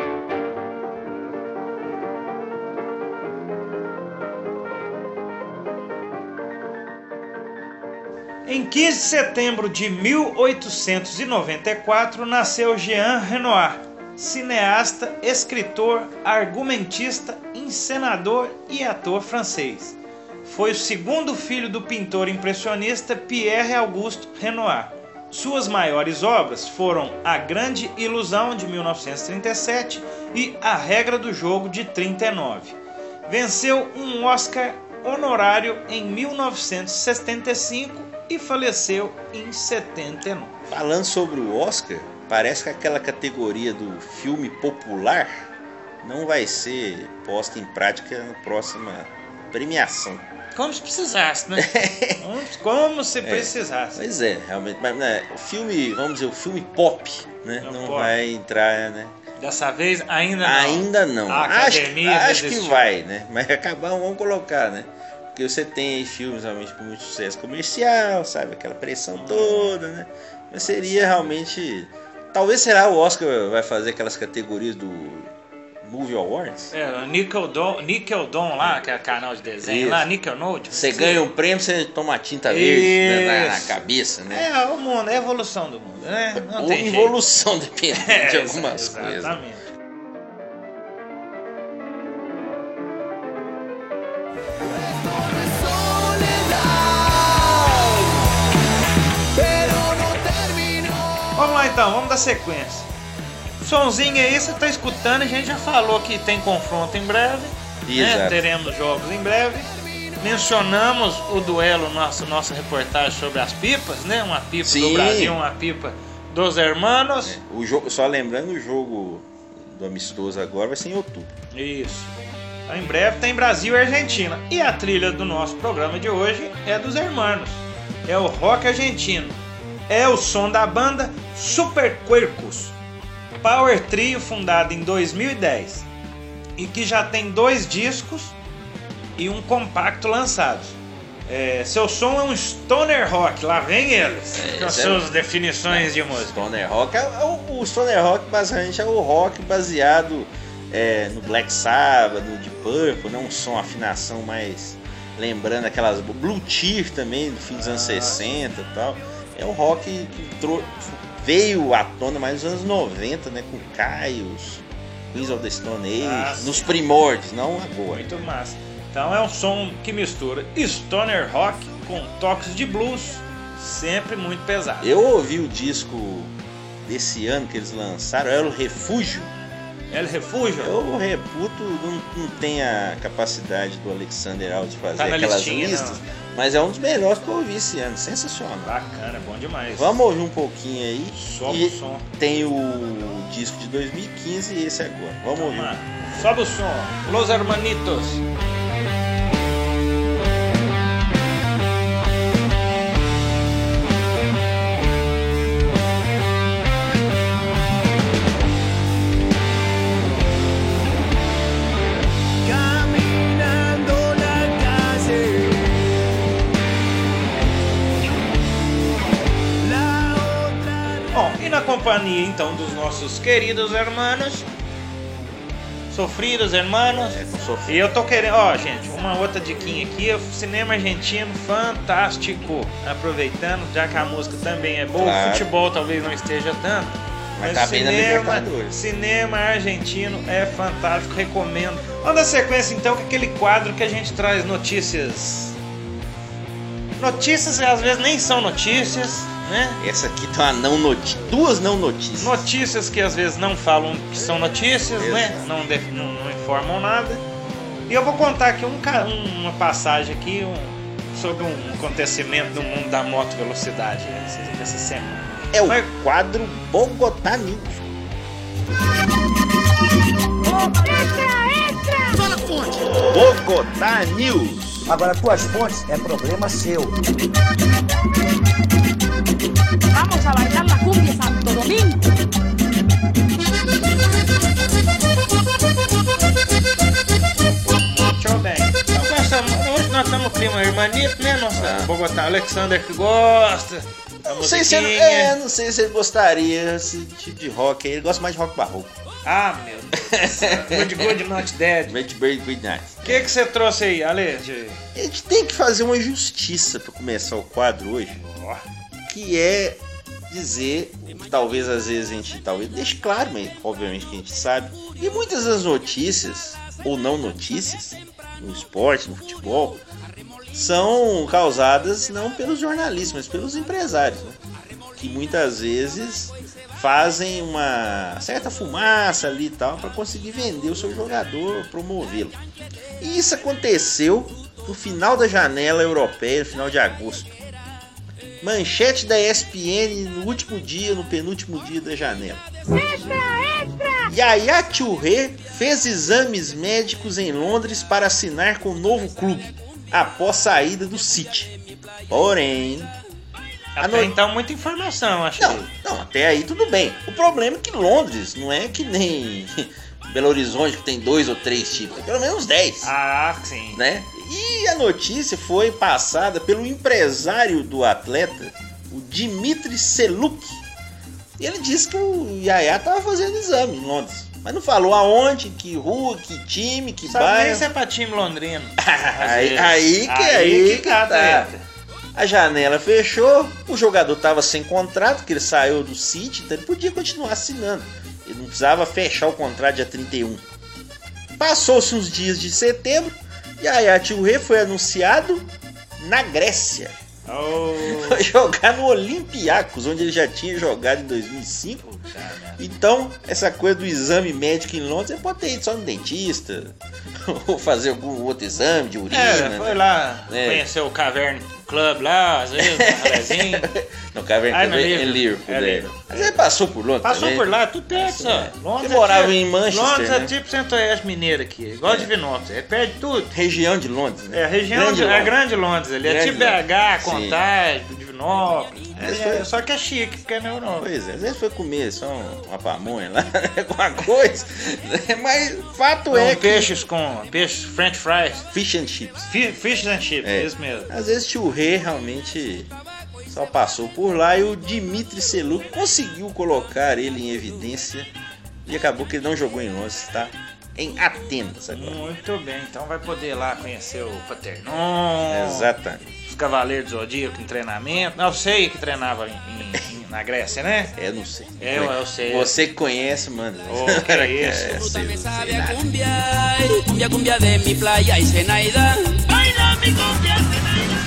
Em quinze de setembro de mil oitocentos e noventa e quatro nasceu Jean Renoir, cineasta, escritor, argumentista, encenador e ator francês. Foi o segundo filho do pintor impressionista Pierre Auguste Renoir Suas maiores obras foram A Grande Ilusão, de mil novecentos e trinta e sete, e A Regra do Jogo, de trinta e nove. Venceu um Oscar honorário em mil novecentos e setenta e cinco e faleceu em setenta e nove. Falando sobre o Oscar, parece que aquela categoria do filme popular não vai ser posta em prática na próxima premiação. Como se precisasse, né? Como, como se precisasse. Pois é, realmente. Mas, né, o filme, vamos dizer, o filme pop, né, Não não pode. vai entrar, né? Dessa vez ainda não. Ainda não. A acho academia acho que resistiu. vai, né? Mas acabar, vamos colocar, né? Porque você tem aí filmes realmente com muito sucesso comercial, sabe? Aquela pressão toda, né? Mas seria realmente... Talvez será o Oscar vai fazer aquelas categorias do Movie Awards. É, o Nickeldon, Nickeldon lá, que é canal de desenho Isso. lá, Nickelodeon. Você ganha um prêmio, você toma tinta verde na, na Isso. cabeça, né? É, o mundo, é a evolução do mundo, né? Não Ou tem jeito. evolução, dependendo É, de algumas exa- coisas. Exatamente. Vamos lá então, vamos dar sequência. Sonzinho aí, você tá escutando, a gente já falou que tem confronto em breve, né? Exato. Teremos jogos em breve. Mencionamos o duelo, nossa, nossa reportagem sobre as pipas, né? Uma pipa Sim. do Brasil, uma pipa dos hermanos. O jogo, só lembrando, o jogo do amistoso agora vai ser em outubro. Isso. Então, em breve tem Brasil e Argentina. E a trilha do nosso programa de hoje é dos hermanos. É o rock argentino. É o som da banda Super Quercus, power trio fundado em dois mil e dez e que já tem dois discos e um compacto lançados. É, seu som é um stoner rock, lá vem eles, É, com as esse é suas o- definições de música. Stoner Rock, é, é o, o Stoner Rock basicamente é o rock baseado é, no Black Sabbath, no Deep Purple, né? Um som, afinação mais lembrando aquelas Blue Tear também do fim dos anos sessenta e tal. É um rock que trou- veio à tona mais nos anos noventa, né? Com Caios, Queens of the Stone Age, Ah, nos sim. primórdios, não agora. Muito massa. Então é um som que mistura stoner rock com toques de blues, sempre muito pesado. Eu ouvi o disco desse ano que eles lançaram, era o Refúgio. El Refúgio. Eu reputo, não, não tem a capacidade do Alexander Alves de fazer Tá na aquelas listinha, listas, não. mas é um dos melhores que eu ouvi esse ano, sensacional. Bacana, bom demais. Vamos ouvir um pouquinho aí. Sobe e o som. tem o disco de dois mil e quinze e esse agora. Vamos ouvir. Vamos lá. Sobe o som. Los Hermanitos. Caminando la calle, la otra. Bom, e na companhia então dos nossos queridos hermanos, sofridos hermanos. É, com Sofia. E eu tô querendo, ó, gente, uma outra diquinha aqui, o cinema argentino fantástico. Aproveitando, já que a música também é boa, Claro. o futebol talvez não esteja tanto. Mas Mas, tá o bem na cinema, Libertadores. cinema argentino é fantástico, recomendo. Vamos dar sequência então com aquele quadro que a gente traz notícias. Notícias que às vezes nem são notícias, né? Essa aqui tá uma não notícia, duas não notícias. Notícias que às vezes não falam que são notícias, né? Exato. Não, def- não, não informam nada. E eu vou contar aqui um ca- um- uma passagem aqui um- sobre um acontecimento no mundo da moto velocidade essa, essa semana. É o Mas- quadro Bogotá News. Bogotá News. Agora, tuas fontes é problema seu. Vamos a bailar la cumbia Santo Domingo. Tchau, bem. Então, com essa, hoje nós estamos no clima hermanito, né? Nossa, Ah. Bogotá, Alexander que gosta. da Não sei, se ele, musiquinha. é, não sei se ele gostaria desse tipo de rock aí. Ele gosta mais de rock barroco. Ah, meu Deus. Good, good, not dead. Red Bird Good Night. O que que você trouxe aí, Ale? De... A gente tem que fazer uma justiça para começar o quadro hoje, Ó, que é dizer, talvez às vezes a gente talvez deixe claro, mas obviamente que a gente sabe, e muitas das notícias, ou não notícias, no esporte, no futebol, são causadas não pelos jornalistas, mas pelos empresários, né? que muitas vezes fazem uma certa fumaça ali e tal para conseguir vender o seu jogador, promovê-lo. E isso aconteceu no final da janela europeia, no final de agosto. Manchete da E S P N no último dia, no penúltimo dia da janela. Extra, extra! Yaya Touré fez exames médicos em Londres para assinar com o novo clube, após saída do City. Porém... Até no... então, muita informação, acho. Não, não, até aí tudo bem. O problema é que Londres não é que nem Belo Horizonte, que tem dois ou três tipos, tem pelo menos dez. Ah, sim. Né? E a notícia foi passada pelo empresário do atleta, o Dimitri Seluk. E ele disse que o Yaya estava fazendo exame em Londres, mas não falou aonde, que rua, que time, que Sabe nem bairro. se é pra time londrino. aí, aí que aí, aí que, que tá. tá. A janela fechou, o jogador estava sem contrato, que ele saiu do City, então ele podia continuar assinando. Ele não precisava fechar o contrato dia trinta e um. Passou-se uns dias de setembro e a Yaya Touré foi anunciado na Grécia. Oh. Foi jogar no Olympiacos, onde ele já tinha jogado em dois mil e cinco. Então, essa coisa do exame médico em Londres, você pode ter ido só no dentista, ou fazer algum outro exame de urina. É, foi né? lá, É. conheceu o Cavern Club lá, às vezes, um rolezinho. Não, Cavern Ah, Club no é Liverpool. Liverpool. É né? Liverpool. Mas ele passou por Londres Passou também. por lá, tudo perto, Isso, só. né? Londres Você morava é, em Manchester, Londres é né? tipo Centro-Oeste mineiro aqui, igual de Divinópolis, é perto de tudo. Região de Londres, né? É, a região Grande de, é Londres. grande Londres ali, é Grande tipo B H, Londres. Contagem, Divinópolis. Mas É, foi- é, só que é chique, porque é na Europa. Pois é, às vezes foi comer só uma pamonha lá, alguma coisa. né? Mas fato Com é que... peixes com peixes, french fries, Fish and chips. fi- fish and chips, É. isso mesmo. Às vezes tio Rei realmente só passou por lá e o Dimitri Seluk conseguiu colocar ele em evidência e acabou que ele não jogou em Londres, tá? Em Atenas agora. Muito bem, então vai poder ir lá conhecer o Paternon. Exatamente. Os Cavaleiros do Zodíaco em treinamento. Não, eu sei que treinava em, em- em- na Grécia, né? É, eu não sei. Eu- eu sei. Você que conhece, mano. Oh, que é isso? É, sei, Me não sabe sei a nada. cumbia, ay, cumbia, cumbia de mi playa y Zenaida. Baila mi cumbia, Zenaida.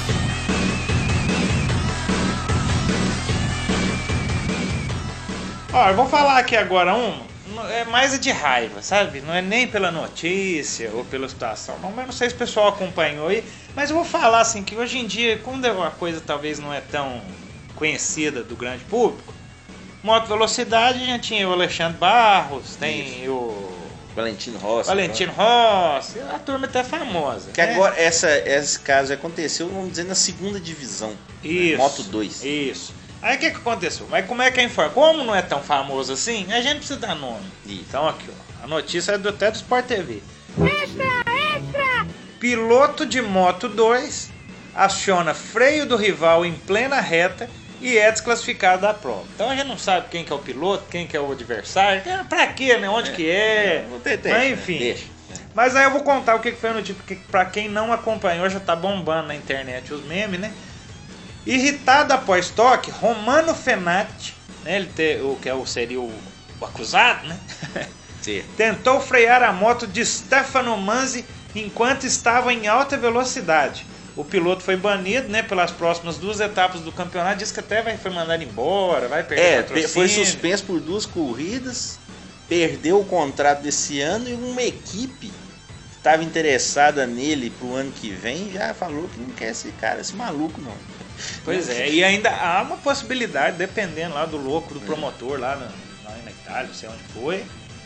Ó, eu vou falar aqui agora um. É mais de raiva, sabe? Não é nem pela notícia ou pela situação. Não, mas não sei se o pessoal acompanhou aí. Mas eu vou falar assim que hoje em dia, quando uma coisa talvez não é tão conhecida do grande público, moto velocidade a gente tinha o Alexandre Barros, tem o Valentino Rossi. Valentino Rossi, a turma até famosa. Que né? agora, essa, esse caso aconteceu, vamos dizer, na segunda divisão. né? Isso. Moto dois. Isso. Aí o que, que aconteceu? Mas como é que é informado? Como não é tão famoso assim, a gente precisa dar nome. Isso. Então aqui, ó. A notícia é do, até do Sport T V. Extra, extra! Piloto de Moto dois aciona freio do rival em plena reta e é desclassificado da prova. Então a gente não sabe quem que é o piloto, quem que é o adversário. É, pra quê, né? Onde que é? Não tem tempo, Mas né? enfim. Deixa. Mas aí eu vou contar o que que foi no tipo, porque pra quem não acompanhou já tá bombando na internet os memes, né? Irritado após toque, Romano Fenati, né, ele te, o que é o, seria o, o acusado, né? Sim. Tentou frear a moto de Stefano Manzi enquanto estava em alta velocidade. O piloto foi banido, né, pelas próximas duas etapas do campeonato. Diz que até vai, foi mandado embora, vai perder É, patrocínio. foi suspenso por duas corridas, perdeu o contrato desse ano e uma equipe que estava interessada nele pro ano que vem já falou que não quer esse cara, esse maluco não. Pois é, e ainda há uma possibilidade, dependendo lá do louco do promotor lá na, lá na Itália, não sei onde foi,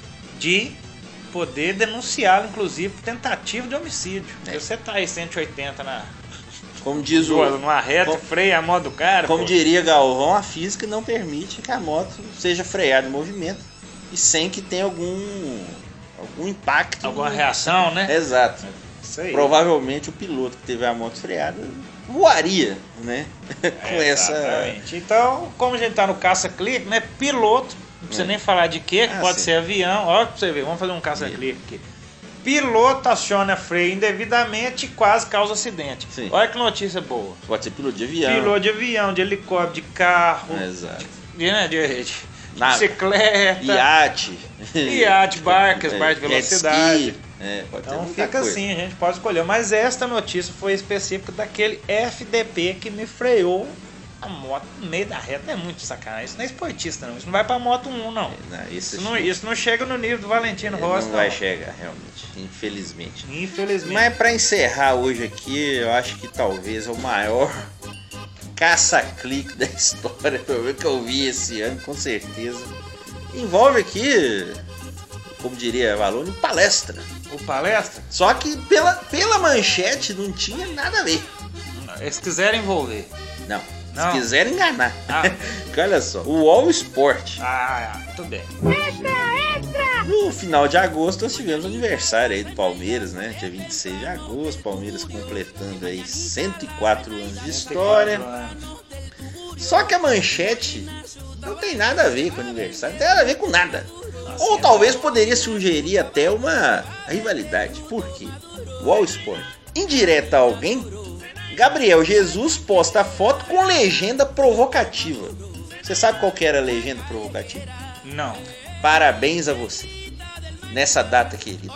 de poder denunciá-lo, inclusive, por tentativa de homicídio. É. Se você tá aí cento e oitenta na, Como diz o, numa reta, como- freia a moto do cara. como pô. diria Galvão, a física não permite que a moto seja freada em movimento e sem que tenha algum algum impacto. Alguma reação, né? Exato. Isso aí. Provavelmente o piloto que teve a moto freada voaria, né? Com essa. Exatamente. Então, como a gente tá no caça-clique, né? Piloto, não precisa É. nem falar de quê, que Ah, pode sim. ser avião. Olha pra você ver, vamos fazer um caça-clique aqui. Piloto aciona freio indevidamente e quase causa acidente. Sim. Olha que notícia boa. Pode ser piloto de avião. Piloto de avião, de helicóptero, de carro, Exato. de, né, de, de Nada. bicicleta, Iate. iate, barcas, É, barcas de jet velocidade. ski. É, pode ter Então muita fica coisa. assim, a gente pode escolher. Mas esta notícia foi específica daquele F D P que me freou a moto no meio da reta é muito sacanagem. Isso não é esportista, não. Isso não vai pra moto um, não. Não, isso, Isso não, isso não chega no nível do Valentino Ele Rossi, não não. vai chegar, realmente, infelizmente. Infelizmente. Mas pra encerrar hoje aqui, eu acho que talvez é o maior caça-clique da história que eu vi esse ano, com certeza. Envolve aqui, como diria Valone, palestra. O palestra, Só que pela, pela manchete não tinha nada a ver. eles quiserem envolver. Não, Não. se quiserem enganar. Ah. Porque olha só, o All Sport. Ah, tudo bem. No final de agosto nós tivemos o aniversário aí do Palmeiras, né? Dia vinte e seis de agosto, Palmeiras completando aí cento e quatro anos de história. Só que a manchete não tem nada a ver com o aniversário, não tem nada a ver com nada. Nossa, Ou é talvez poderia sugerir até uma rivalidade. Por quê? O All Sport. Indireta a alguém, Gabriel Jesus posta foto com legenda provocativa. Você sabe qual que era a legenda provocativa? Não. Parabéns a você nessa data querida.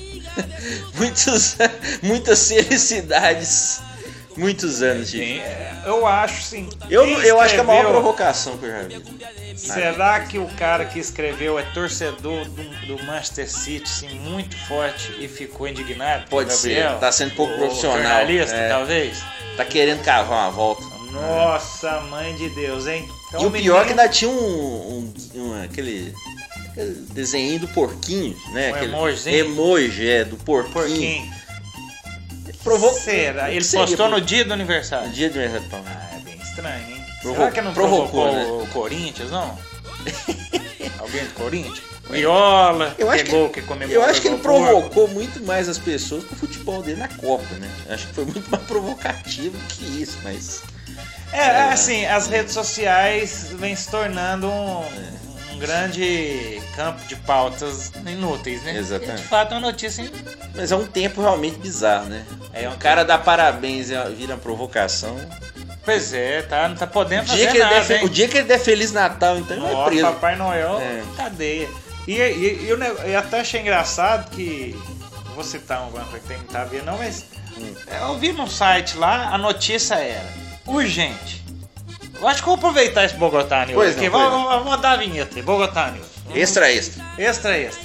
Muitos, muitas felicidades, muitos anos de Quem- Eu acho sim. Eu, Quem eu acho que é a maior escreveu- provocação que eu já vi. Será que o cara que escreveu é torcedor do, do Manchester City, assim, muito forte e ficou indignado? com o Pode ser, Gabriel? tá sendo pouco O profissional. Jornalista, é, talvez? Tá querendo cavar uma volta. Nossa, mãe de Deus, hein? Então, E o pior é que menino- ainda tinha um, um, um- aquele, aquele desenho do porquinho, né? Um aquele emojizinho. emoji, é, do porquinho. Porquinho. Provo... Será? Ele Seria postou pro- no dia do No aniversário. dia do aniversário do Palmeiras. Ah, é bem estranho, hein? Provo- Será que não provocou, provocou, o Corinthians, não? Alguém do Corinthians? Viola, Eu acho pegou que- que comemorou. Eu acho que ele igual porco. provocou muito mais as pessoas com o futebol dele na Copa, né? Eu acho que foi muito mais provocativo que isso, mas... É, assim, as redes sociais vêm se tornando um, um grande campo de pautas inúteis, né? Exatamente. E, de fato, é uma notícia... in- Mas é um tempo realmente bizarro, né? É um O cara dá parabéns e vira uma provocação. Pois é, tá, não tá podendo O fazer dia, que ele nada, der, fe- hein? o dia que ele der Feliz Natal, então ele vai Nossa, preso. Papai Noel, É. cadeia. E, e, e, o nego- e até achei engraçado que... não vou citar alguma coisa que tem que estar vendo, não, mas... Hum. Eu vi no site lá, a notícia era... urgente. Eu acho que eu vou aproveitar esse Bogotá News Pois aqui. não, pois Vamos, vamos mandar a vinheta aí, Bogotá News. Extra, extra. Extra, extra.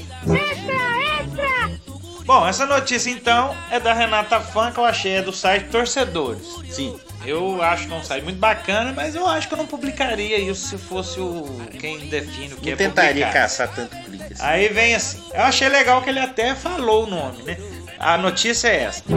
Bom, essa notícia então é da Renata Fã, que eu achei é do site Torcedores. Sim. Eu acho que é um site muito bacana, mas eu acho que eu não publicaria isso se fosse o quem define o que Não é tentaria publicar. caçar tanto clique assim. Aí vem assim. Eu achei legal que ele até falou o nome, né? A notícia é essa.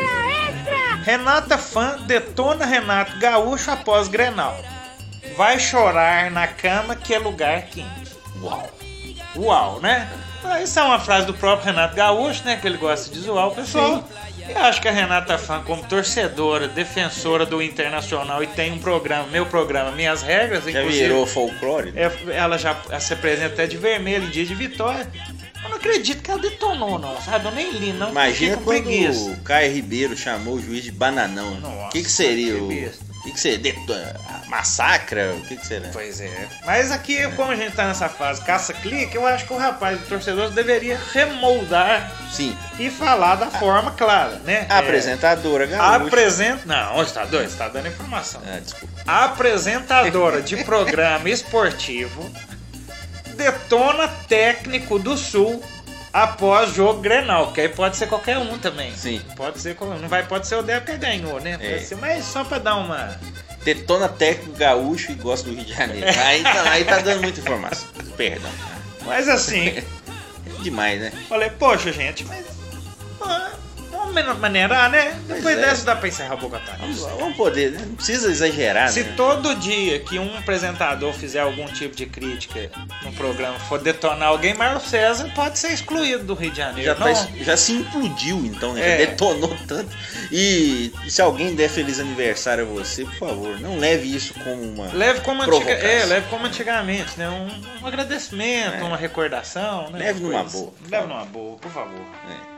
Renata Fã detona Renato Gaúcho após Grenal. Vai chorar na cama que é lugar quente. Uau. Uau, né? Isso é uma frase do próprio Renato Gaúcho, né? Que ele gosta de zoar o pessoal. E acho que a Renata Fã, como torcedora, defensora do Internacional e tem um programa, meu programa, Minhas Regras, Já inclusive, virou folclore? Né? é- ela já se apresenta até de vermelho em dia de vitória. Eu não acredito que ela detonou, não, sabe? Eu nem li, não. Imagina fiquei com quando preguiça. o Caio Ribeiro chamou o juiz de bananão. Nossa, O que, que seria? que O besta. que, que seria? Deto- Massacra? O que, que será? Pois é. Mas aqui, como a gente tá nessa fase caça-clique, eu acho que o rapaz do torcedor deveria remoldar Sim. e falar da forma clara, né? A apresentadora É, gaúcha. apresenta. Não, você tá doido? Você tá dando informação. Ah, desculpa. A apresentadora de programa esportivo detona técnico do Sul após jogo Grenal, que aí pode ser qualquer um também. Sim. Pode ser, qualquer um. Não vai, pode ser o Débora que ganhou, né? Pode É. ser, mas só pra dar uma. Tetona técnico gaúcho e gosta do Rio de Janeiro. Aí, tá- aí tá dando muita informação. Perdão. Mas assim, Demais, né? falei, poxa, gente, mas. ah, Vamos maneirar, né? Depois Pois é. dessa dá pra encerrar o Bogotá. Vamos, vamos poder, né? Não precisa exagerar, Se né? todo dia que um apresentador fizer algum tipo de crítica no programa for detonar alguém, Marlo César pode ser excluído do Rio de Janeiro. Já, não? tá- já se implodiu, então, né? É. Já detonou tanto. E, e se alguém der feliz aniversário a você, por favor, não leve isso como uma. Leve como, antiga, provocação. é, leve como antigamente, né? Um, um agradecimento, É. uma recordação, né? Leve numa Coisa- boa. Leve numa boa, por favor. É.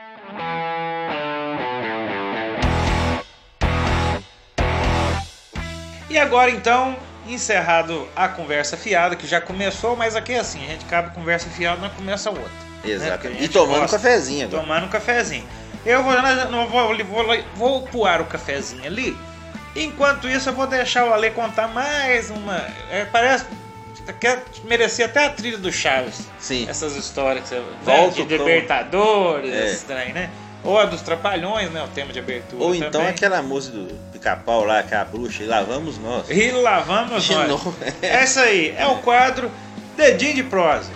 E agora então, encerrado a conversa fiada, que já começou, mas aqui é assim, a gente acaba a conversa fiada, não começa outra. Exato. Né? Porque a E gente tomando gosta- cafezinho agora. Tomando um cafezinho. Eu vou, não, vou, vou, vou pôr o cafezinho ali Enquanto isso, eu vou deixar o Ale contar mais uma. É, parece que merecia até a trilha do Chaves. Sim. Essas histórias que você, Volta né, de pro- Libertadores, É. esse trem, né? Ou a dos Trapalhões, né? O tema de abertura. Ou então também. aquela música do Pica-Pau lá, que é a bruxa, e lá vamos nós. E lá vamos De nós. novo. Essa aí é o quadro Dedinho de Prosa.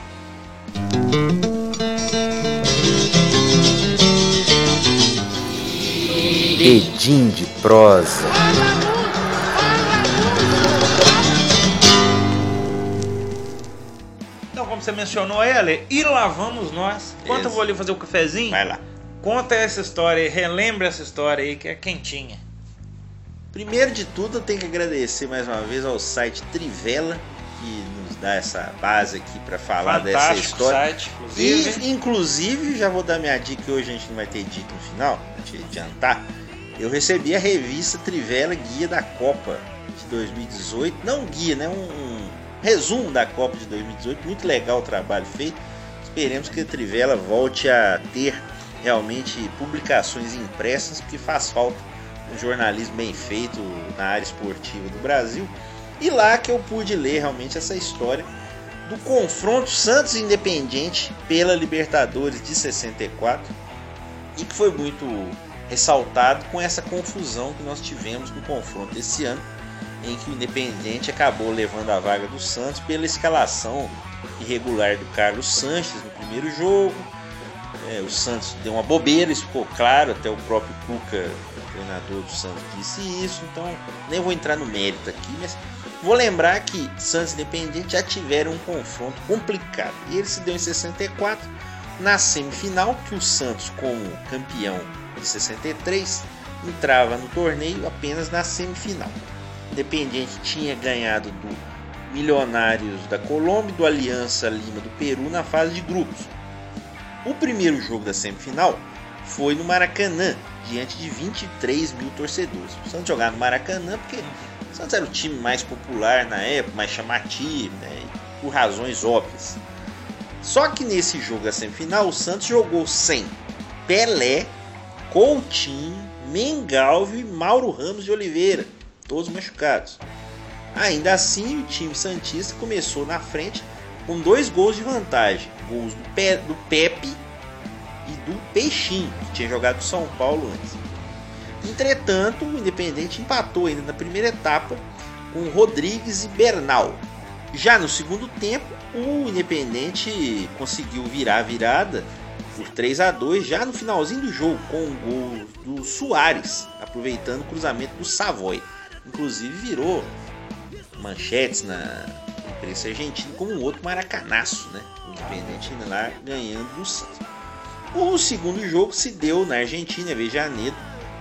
Dedinho de prosa. Então, como você mencionou ela, e lá vamos nós. Enquanto Isso. eu vou ali fazer o cafezinho, Vai lá. conta essa história aí, relembra essa história aí que é quentinha. Primeiro de tudo, eu tenho que agradecer mais uma vez ao site Trivela, que nos dá essa base aqui para falar dessa Fantástico história. site, inclusive. E, inclusive, já vou dar minha dica, que hoje a gente não vai ter dica no final, pra te adiantar. Eu recebi a revista Trivela Guia da Copa de dois mil e dezoito. Não guia, né? Um, um resumo da Copa de dois mil e dezoito. Muito legal o trabalho feito. Esperemos que a Trivela volte a ter realmente publicações impressas, porque faz falta um jornalismo bem feito na área esportiva do Brasil. E lá que eu pude ler realmente essa história do confronto Santos e Independiente pela Libertadores de sessenta e quatro, e que foi muito ressaltado com essa confusão que nós tivemos no confronto desse ano, em que o Independiente acabou levando a vaga do Santos pela escalação irregular do Carlos Sanches no primeiro jogo. É, o Santos deu uma bobeira, isso ficou claro, até o próprio Cuca, o treinador do Santos, disse isso, então nem vou entrar no mérito aqui, mas vou lembrar que Santos e Independiente já tiveram um confronto complicado, e ele se deu em sessenta e quatro, na semifinal, que o Santos, como campeão de sessenta e três, entrava no torneio apenas na semifinal. Independiente tinha ganhado do Milionários da Colômbia e do Aliança Lima do Peru na fase de grupos. O primeiro jogo da semifinal foi no Maracanã, diante de vinte e três mil torcedores. O Santos jogava no Maracanã porque o Santos era o time mais popular na época, mais chamativo, né, por razões óbvias. Só que nesse jogo da semifinal, o Santos jogou sem Pelé, Coutinho, Mengalvio e Mauro Ramos de Oliveira, todos machucados. Ainda assim, o time santista começou na frente com dois gols de vantagem, gols do, Pe do Pepe e do Peixinho, que tinha jogado no São Paulo antes. Entretanto, o Independente empatou ainda na primeira etapa com Rodrigues e Bernal. Já no segundo tempo, o Independente conseguiu virar a virada por três a dois já no finalzinho do jogo, com o gol do Soares, aproveitando o cruzamento do Savoy. Inclusive virou manchetes na imprensa argentina como um outro maracanaço, né? O Independente indo lá ganhando do Santos. O segundo jogo se deu na Argentina, Avejaneiro.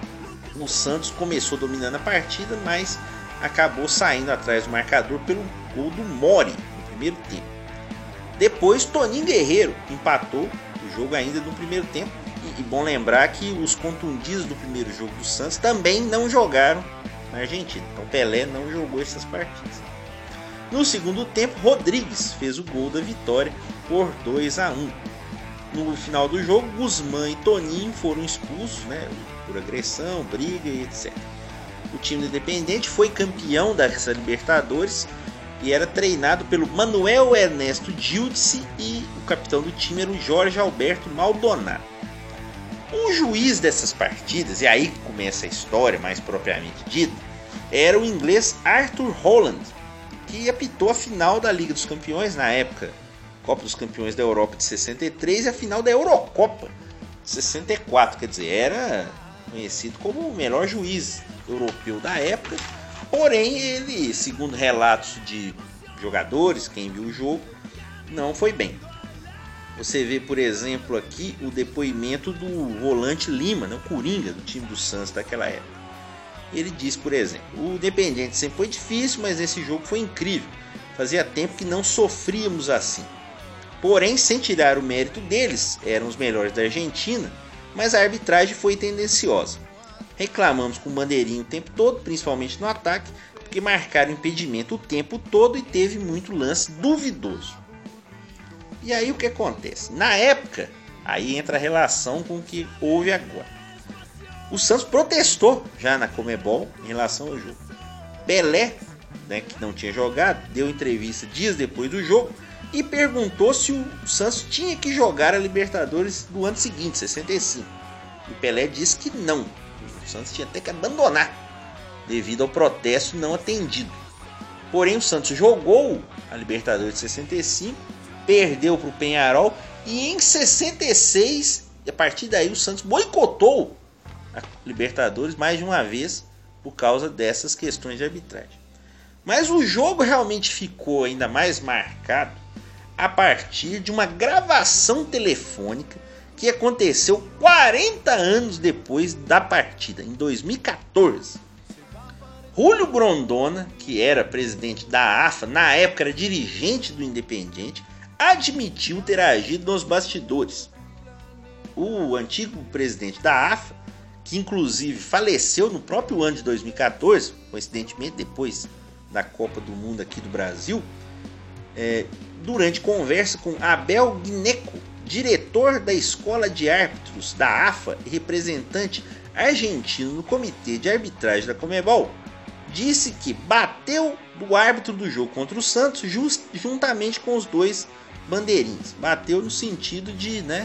O Santos começou dominando a partida, mas acabou saindo atrás do marcador pelo gol do Mori no primeiro tempo. Depois, Toninho Guerreiro empatou o jogo ainda no primeiro tempo. E, e bom lembrar que os contundidos do primeiro jogo do Santos também não jogaram na Argentina. Então Pelé não jogou essas partidas. No segundo tempo, Rodrigues fez o gol da vitória por dois a um. No final do jogo, Guzmán e Toninho foram expulsos, né, por agressão, briga e etcétera. O time do Independente foi campeão dessa Libertadores e era treinado pelo Manuel Ernesto Gildice, e o capitão do time era o Jorge Alberto Maldonado. O juiz dessas partidas, e aí começa a história mais propriamente dita, era o inglês Arthur Holland, que apitou a final da Liga dos Campeões na época, Copa dos Campeões da Europa de sessenta e três e a final da Eurocopa de sessenta e quatro, quer dizer, era conhecido como o melhor juiz europeu da época. Porém, ele, segundo relatos de jogadores, quem viu o jogo, não foi bem. Você vê, por exemplo, aqui o depoimento do volante Lima, né, o Coringa do time do Santos daquela época. Ele diz, por exemplo, o Independiente sempre foi difícil, mas esse jogo foi incrível. Fazia tempo que não sofríamos assim. Porém, sem tirar o mérito deles, eram os melhores da Argentina, mas a arbitragem foi tendenciosa. Reclamamos com o bandeirinho o tempo todo, principalmente no ataque, porque marcaram impedimento o tempo todo e teve muito lance duvidoso. E aí o que acontece? Na época, aí entra a relação com o que houve agora. o Santos protestou já na Conmebol em relação ao jogo. Pelé, né, que não tinha jogado, deu entrevista dias depois do jogo e perguntou se o Santos tinha que jogar a Libertadores do ano seguinte, sessenta e cinco. E Pelé disse que não, o Santos tinha até que abandonar devido ao protesto não atendido. Porém, o Santos jogou a Libertadores de sessenta e cinco, perdeu para o Peñarol e em sessenta e seis, a partir daí, o Santos boicotou a Libertadores mais de uma vez por causa dessas questões de arbitragem. Mas o jogo realmente ficou ainda mais marcado a partir de uma gravação telefônica que aconteceu quarenta anos depois da partida, em dois mil e quatorze. Julio Grondona, que era presidente da A F A, na época era dirigente do Independiente, admitiu ter agido nos bastidores. O antigo presidente da A F A, que inclusive faleceu no próprio ano de dois mil e quatorze, coincidentemente depois da Copa do Mundo aqui do Brasil, é, durante conversa com Abel Guineco, diretor da Escola de Árbitros da A F A e representante argentino no Comitê de Arbitragem da Conmebol, disse que bateu do árbitro do jogo contra o Santos just, juntamente com os dois bandeirinhas. Bateu no sentido de, né,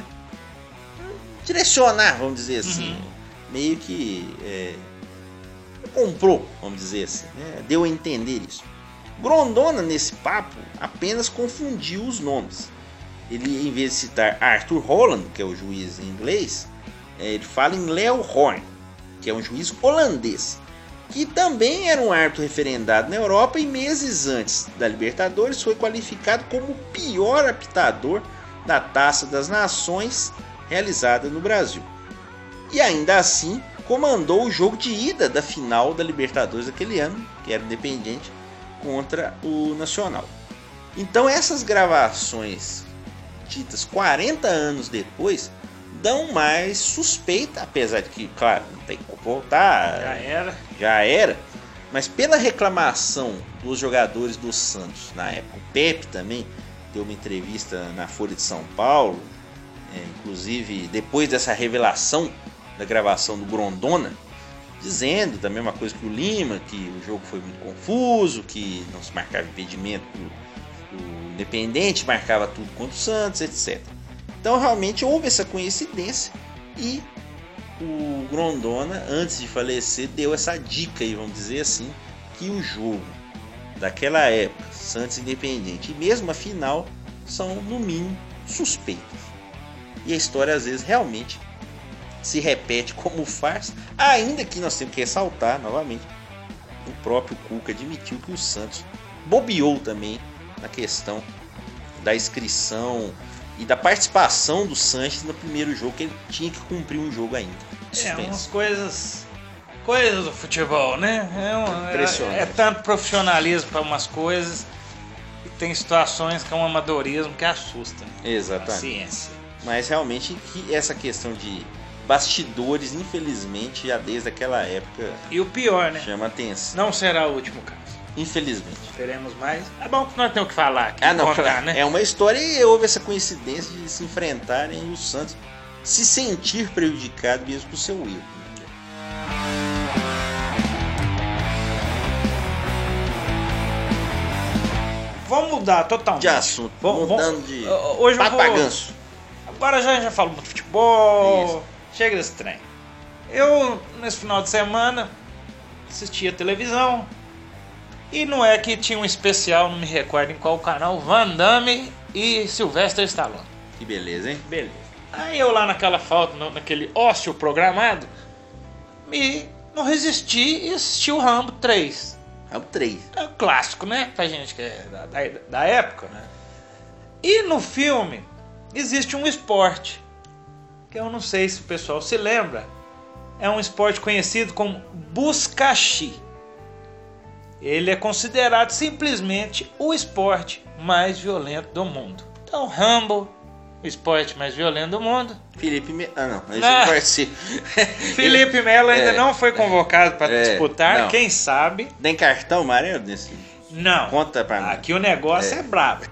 direcionar, vamos dizer assim, uhum. meio que é, comprou, vamos dizer assim, né, deu a entender isso. Grondona, nesse papo, apenas confundiu os nomes. Ele, em vez de citar Arthur Holland, que é o juiz em inglês, é, ele fala em Leo Horn, que é um juiz holandês, que também era um árbitro referendado na Europa e meses antes da Libertadores foi qualificado como o pior apitador da Taça das Nações realizada no Brasil. E ainda assim comandou o jogo de ida da final da Libertadores daquele ano, que era Independiente, contra o Nacional. Então essas gravações ditas quarenta anos depois dão mais suspeita, apesar de que, claro, não tem como voltar. Já era. Já era. Mas pela reclamação dos jogadores do Santos na época, o Pepe também deu uma entrevista na Folha de São Paulo, é, inclusive depois dessa revelação da gravação do Grondona, dizendo da mesma coisa que o Lima, que o jogo foi muito confuso, que não se marcava impedimento, o Independente marcava tudo contra o Santos, etcétera. Então realmente houve essa coincidência e o Grondona, antes de falecer, deu essa dica aí, vamos dizer assim, que o jogo daquela época, Santos Independente e mesmo a final, são no mínimo suspeitas. E a história às vezes realmente se repete como farsa, ainda que nós temos que ressaltar novamente, o próprio Cuca admitiu que o Santos bobeou também na questão da inscrição e da participação do Sanches no primeiro jogo, que ele tinha que cumprir um jogo ainda. É, umas coisas coisas do futebol, né? É, um, Impressionante. É, é tanto profissionalismo para umas coisas e tem situações que é um amadorismo que assusta. Exatamente. A ciência. Mas realmente que essa questão de bastidores, infelizmente, já desde aquela época... E o pior, né? Chama atenção. Não será o último caso. Infelizmente. Teremos mais. É bom que nós temos que falar aqui. Ah, não, contar, né? É uma história e houve essa coincidência de se enfrentarem e o Santos se sentir prejudicado mesmo por seu erro. Vamos mudar totalmente. De assunto. Vamos, mudando vamos, de hoje eu papaganço. Vou... Agora já, já falo muito de futebol. Isso. Chega desse trem. Eu, nesse final de semana, assistia televisão. E não é que tinha um especial, não me recordo em qual canal, Van Damme e Sylvester Stallone. Que beleza, hein? Beleza. Aí eu lá naquela falta, naquele ócio programado, me não resisti e assisti o Rambo três. Rambo três. É um clássico, né? Pra gente que é da, da, da época. Né? E no filme existe um esporte, que eu não sei se o pessoal se lembra, é um esporte conhecido como Buscachi. Ele é considerado simplesmente o esporte mais violento do mundo. Então, Rambo, o esporte mais violento do mundo. Felipe Melo. Ah, não. Ele não. não participa. Felipe Melo ainda é, não foi convocado para é, disputar. Não. Quem sabe? Tem cartão amarelo nesse? Não. Conta pra mim. Aqui o negócio é, é brabo.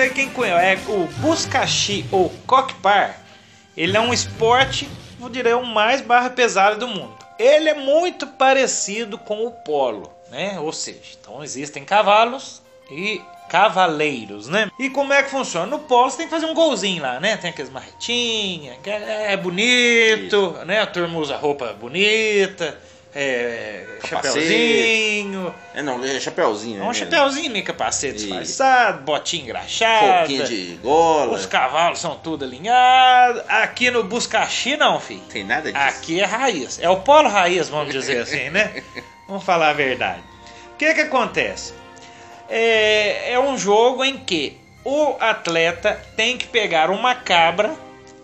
sei quem conhece, é o Buscaxi ou Cockpar. Ele é um esporte, vou dizer, o mais barra pesada do mundo. Ele é muito parecido com o polo, né? Ou seja, então existem cavalos e cavaleiros, né? E como é que funciona? No polo você tem que fazer um golzinho lá, né? Tem aqueles marretinhas, que é bonito, isso, né? A turma usa roupa bonita, é, chapeuzinho. É, não, é chapeuzinho. É um né? chapeuzinho, nem capacete disfarçado, botinha engraxada. Pouquinho de gola. Os cavalos são tudo alinhados. Aqui no Buscaxi não, filho. Tem nada disso. Aqui é raiz. É o polo raiz, vamos dizer assim, né? Vamos falar a verdade. O que que acontece? É, é um jogo em que o atleta tem que pegar uma cabra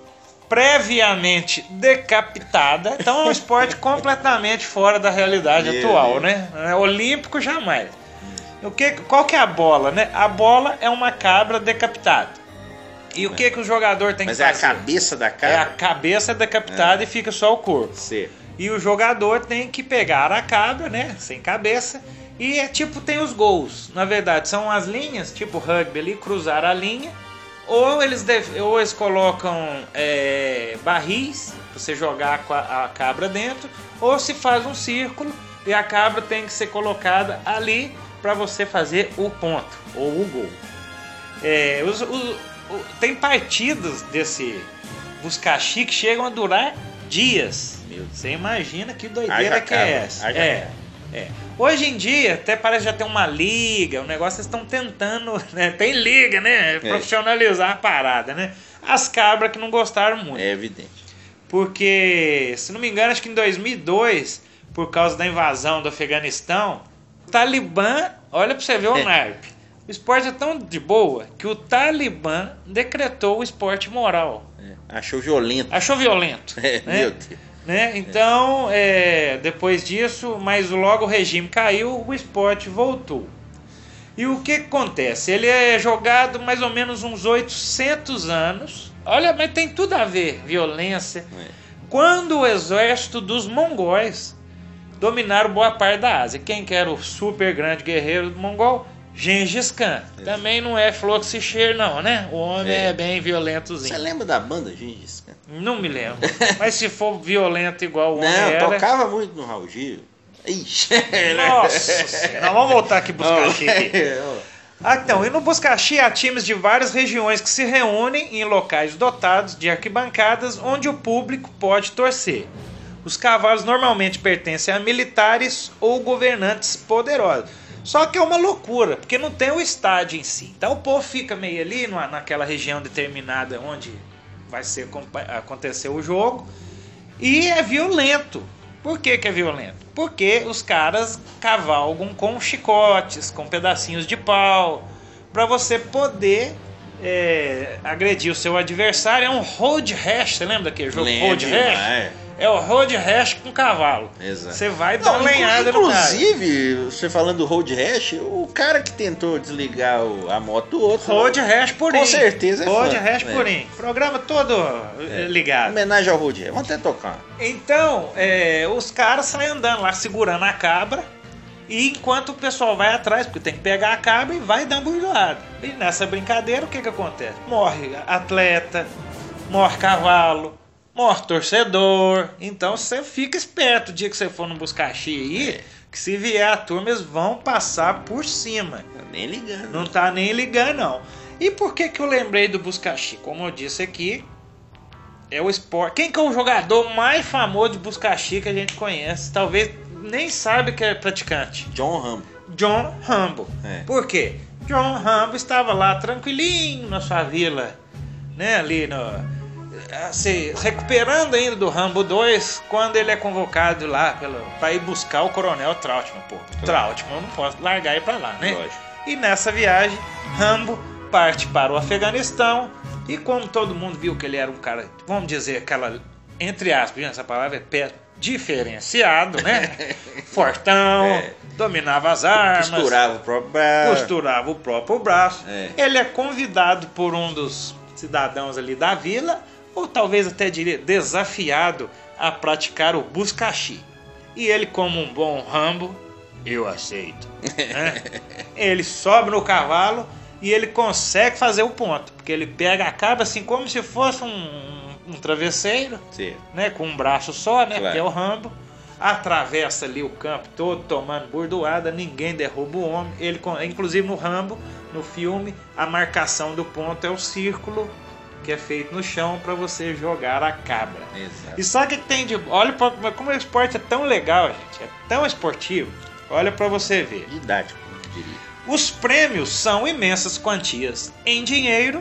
previamente decapitada. Então é um esporte completamente fora da realidade Meu atual, Deus. né? É olímpico jamais. O que, qual que é a bola, né? A bola é uma cabra decapitada. E o que que o jogador tem Mas que é fazer? a cabeça da cabra? É a cabeça decapitada É. e fica só o corpo. Sim. E o jogador tem que pegar a cabra, né? Sem cabeça. E é tipo, tem os gols. Na verdade, são as linhas, tipo rugby ali, cruzar a linha. Ou eles, def... ou eles colocam é, barris pra você jogar com a, a cabra dentro. Ou se faz um círculo e a cabra tem que ser colocada ali para você fazer o ponto ou o gol. É, os, os, o, tem partidas desse Buscaxi que chegam a durar dias. Meu Deus. Você imagina que doideira Haja que é cabra, essa. haja É, é. Hoje em dia, até parece já ter uma liga, o negócio eles estão tentando, né? Tem liga, né? Profissionalizar a parada, né? As cabras que não gostaram muito. É evidente. Porque, se não me engano, acho que em dois mil e dois, por causa da invasão do Afeganistão, o Talibã, olha pra você ver o naipe. O esporte é tão de boa que o Talibã decretou o esporte moral. É. Achou violento. Achou violento. É, né? meu Deus. Né? Então, é, depois disso, mas logo o regime caiu, o esporte voltou. E o que, que acontece? Ele é jogado mais ou menos uns oitocentos anos. Olha, mas tem tudo a ver, violência. É. Quando o exército dos mongóis dominaram boa parte da Ásia. Quem que era o super grande guerreiro do mongol? Gengis Khan. É. Também não é fluxicheiro não, né? O homem é, é bem violentozinho. Você lembra da banda Gengis Khan? Não me lembro. Mas se for violento igual o homem não, era... tocava muito no Raul Gil. Ixi. Nossa senhora. Nós vamos voltar aqui Buscaxi aqui. Ah, então, e no Buscaxi há times de várias regiões que se reúnem em locais dotados de arquibancadas onde o público pode torcer. Os cavalos normalmente pertencem a militares ou governantes poderosos. Só que é uma loucura, porque não tem o estádio em si. Então o povo fica meio ali numa, naquela região determinada onde vai ser, acontecer o jogo. E é violento. Por que que é violento? Porque os caras cavalgam com chicotes, com pedacinhos de pau, para você poder é, agredir o seu adversário. É um road rash, você lembra daquele jogo Lembra, road rash? É. É o road rash com cavalo. Exato. Você vai dar uma lenhada no cara. Inclusive, você falando do road rash, o cara que tentou desligar o, a moto do outro... Road rash purinho. Com certeza é Road fã. rash É. purinho. Programa todo É. ligado. Homenagem ao road rash. Vamos até tocar. Então, é, os caras saem andando lá, segurando a cabra. E enquanto o pessoal vai atrás, porque tem que pegar a cabra e vai dar burdoada. E nessa brincadeira, o que que acontece? Morre atleta, morre cavalo, morre torcedor. Então você fica esperto o dia que você for no Buscaxi aí, É. que se vier a turma, eles vão passar por cima. Tá nem ligando. Não tá nem ligando, não. E por que que eu lembrei do Buscaxi? Como eu disse aqui, é o esporte. Quem que é o jogador mais famoso de Buscaxi que a gente conhece? Talvez nem sabe que é praticante. John Rambo. John Rambo. É. Por quê? John Rambo estava lá tranquilinho na sua vila, né? Ali no... Assim, recuperando ainda do Rambo dois, quando ele é convocado lá pelo, pra ir buscar o Coronel Trautmann, pô. Trautmann, eu não posso largar ele pra lá, né? Lógico. E nessa viagem, Rambo parte para o Afeganistão e como todo mundo viu que ele era um cara, vamos dizer, aquela, entre aspas, essa palavra é pé, diferenciado, né? Fortão, É. dominava as armas, Costurava o próprio braço. costurava o próprio braço. É. Ele é convidado por um dos cidadãos ali da vila, ou talvez até diria desafiado a praticar o Buscaxi. E ele, como um bom Rambo, eu aceito. Né? Ele sobe no cavalo e ele consegue fazer o ponto, porque ele pega a cabra assim como se fosse um, um travesseiro, Sim. né, com um braço só, né, Claro. porque é o Rambo, atravessa ali o campo todo tomando bordoada, ninguém derruba o homem, ele, inclusive no Rambo, no filme, a marcação do ponto é o círculo que é feito no chão para você jogar a cabra. Exato. E sabe o que tem de... Olha pra, como o esporte é tão legal, gente, é tão esportivo, olha para você ver. Didático, eu diria. Os prêmios são imensas quantias em dinheiro,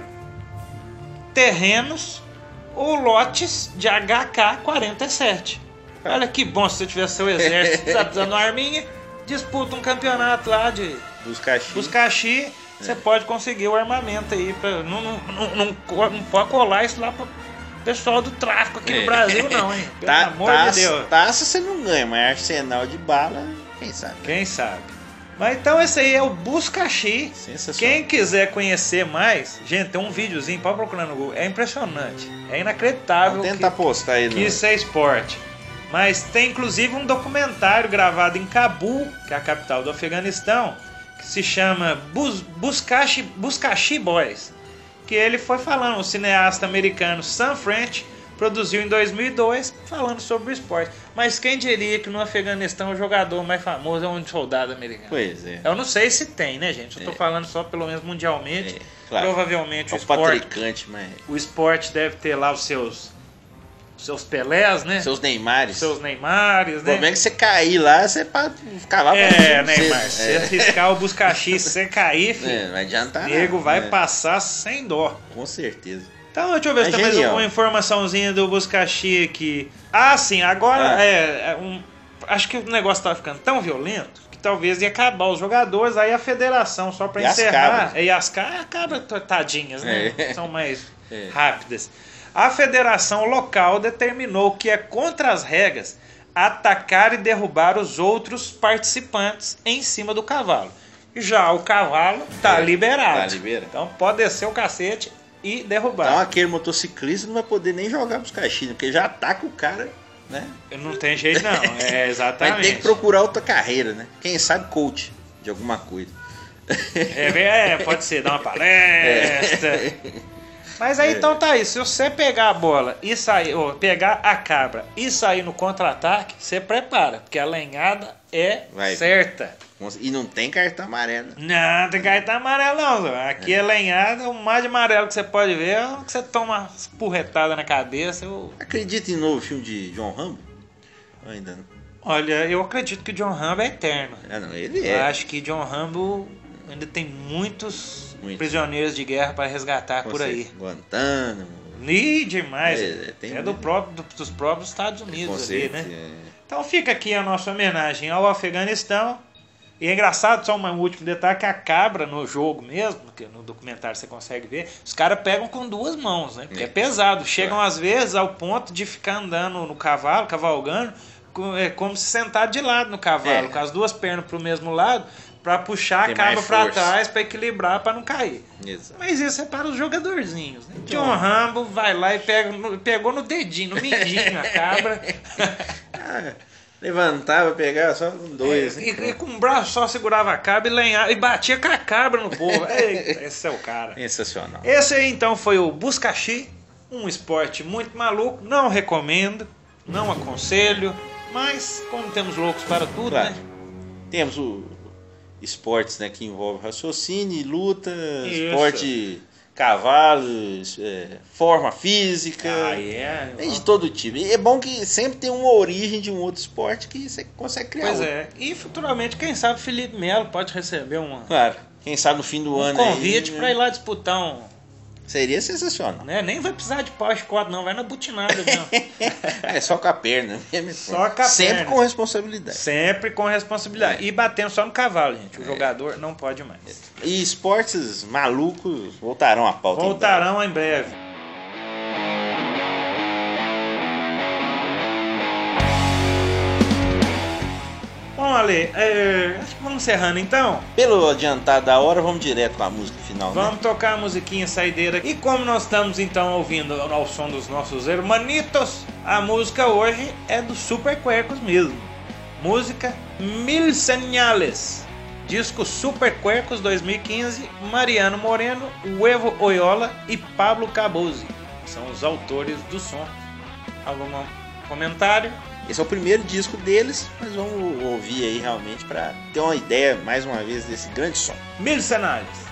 terrenos ou lotes de A K quarenta e sete. Olha que bom se você tiver seu exército, tá precisando de uma arminha, disputa um campeonato lá de Buscaxi. Buscaxi, você pode conseguir o armamento aí. Pra, não, não, não, não, não pode colar isso lá pro pessoal do tráfico aqui É. no Brasil, não, hein? Pelo Tá, amor taça, de Deus. taça você não ganha, mas arsenal de bala, quem sabe? Quem sabe? Mas então esse aí é o Buscaxi. Sensacional. Quem quiser conhecer mais, gente, tem um videozinho, pode procurar no Google. É impressionante. É inacreditável Vamos tentar que, postar aí que no... isso é esporte. Mas tem inclusive um documentário gravado em Cabul, que é a capital do Afeganistão, que se chama Bus, Buscaxi, Buscaxi Boys. Que ele foi falando, o cineasta americano Sam French produziu em dois mil e dois, falando sobre o esporte. Mas quem diria que no Afeganistão o jogador mais famoso é um soldado americano? Pois é. Eu não sei se tem, né, gente? Eu tô É. falando só pelo menos mundialmente. É, claro. Provavelmente É o o esporte, patricante, mas... o esporte deve ter lá os seus, os seus Pelés, né? Seus Neymares. Seus Neymares, O problema né? é que você cair lá, você pode ficar lá pra É, cima de Neymar, você. se arriscar o Buscaxi, se você cair, filho, É, não vai adiantar o nada. nego vai né? passar sem dó. Com certeza. Então, deixa eu ver se É tem mais genial. uma informaçãozinha do Buscaxi aqui. Ah, sim, agora Ah. é, é um, acho que o negócio tava ficando tão violento que talvez ia acabar os jogadores, aí a federação, só pra E as encerrar. cabras. E as cabras, cabras tadinhas, né? É. São mais É. rápidas. A federação local determinou que é contra as regras atacar e derrubar os outros participantes em cima do cavalo. Já o cavalo tá É, liberado. tá liberado. Então pode descer o cacete e derrubar. Então aquele motociclista não vai poder nem jogar Buscaxi, porque já ataca o cara, né? Não tem jeito não, é exatamente. Vai ter que procurar outra carreira, né? Quem sabe coach de alguma coisa. É, é, pode ser, dar uma palestra. Mas aí então tá aí, se você pegar a bola e sair, ou pegar a cabra e sair no contra-ataque, você prepara, porque a lenhada é Vai. certa. E não tem cartão amarelo. Não, tem cartão amarelo não, Zé. Aqui é lenhada, o mais de amarelo que você pode ver é o que você toma uma espurretada na cabeça. Eu... Acredita em novo filme de John Rambo? Ou ainda não? Olha, eu acredito que John Rambo é eterno. Ah, não, ele Eu é. acho que John Rambo ainda tem muitos Muito. prisioneiros de guerra para resgatar Com por aí. certeza. Guantánamo. E demais. É, É, tem do muito. próprio, do- dos próprios Estados Com Unidos ali, certeza. né? Então fica aqui a nossa homenagem ao Afeganistão. E é engraçado, só um último detalhe, que a cabra no jogo mesmo, que no documentário você consegue ver, os caras pegam com duas mãos, né? Porque é, É. pesado. Chegam às vezes ao ponto de ficar andando no cavalo, cavalgando, com- é como se sentar de lado no cavalo, É. com as duas pernas pro mesmo lado, para puxar Tem a cabra mais para força. trás, para equilibrar, para não cair. Exato. Mas isso é para os jogadorzinhos, né? John. John Rambo vai lá e pega, no- pegou no dedinho, no mindinho a cabra. Ah, levantava, pegava só com dois. e, né? e com o braço só segurava a cabra e lenhava, e batia com a cabra no povo. Eita, esse é o cara. Sensacional. Esse aí então foi o Buscaxi, um esporte muito maluco. Não recomendo, não aconselho, mas como temos loucos para tudo, Claro. né? Temos o esportes, né, que envolve raciocínio, luta, Isso. esporte, cavalos, é, forma física. Ah, é. Tem de todo tipo. E é bom que sempre tem uma origem de um outro esporte que você consegue criar. Pois outro. é. E futuramente, quem sabe, Felipe Melo pode receber uma, Claro. Quem sabe no fim do um ano convite aí, né? para ir lá disputar um. Seria sensacional. Né? Nem vai precisar de pau e chicote, não. Vai na butinada mesmo. É só com a perna. mesmo. Só com a Sempre perna. com responsabilidade. Sempre com responsabilidade. E batendo só no cavalo, gente. O É. jogador não pode mais. E esportes malucos voltarão à pauta. em Voltarão em breve. Bom, Ale, é, acho que vamos encerrando então. breve. Pelo adiantado da hora, vamos direto com a música final. né? Vamos tocar a musiquinha saideira. E como nós estamos então ouvindo ao som dos nossos hermanitos, a música hoje é do Super Cuercos mesmo. Música Mil Señales. Disco Super Cuercos dois mil e quinze, Mariano Moreno, Huevo Oyola e Pablo Cabuzzi. São os autores do som. Algum comentário? Esse é o primeiro disco deles, mas vamos ouvir aí realmente para ter uma ideia, mais uma vez, desse grande som. Mercenários.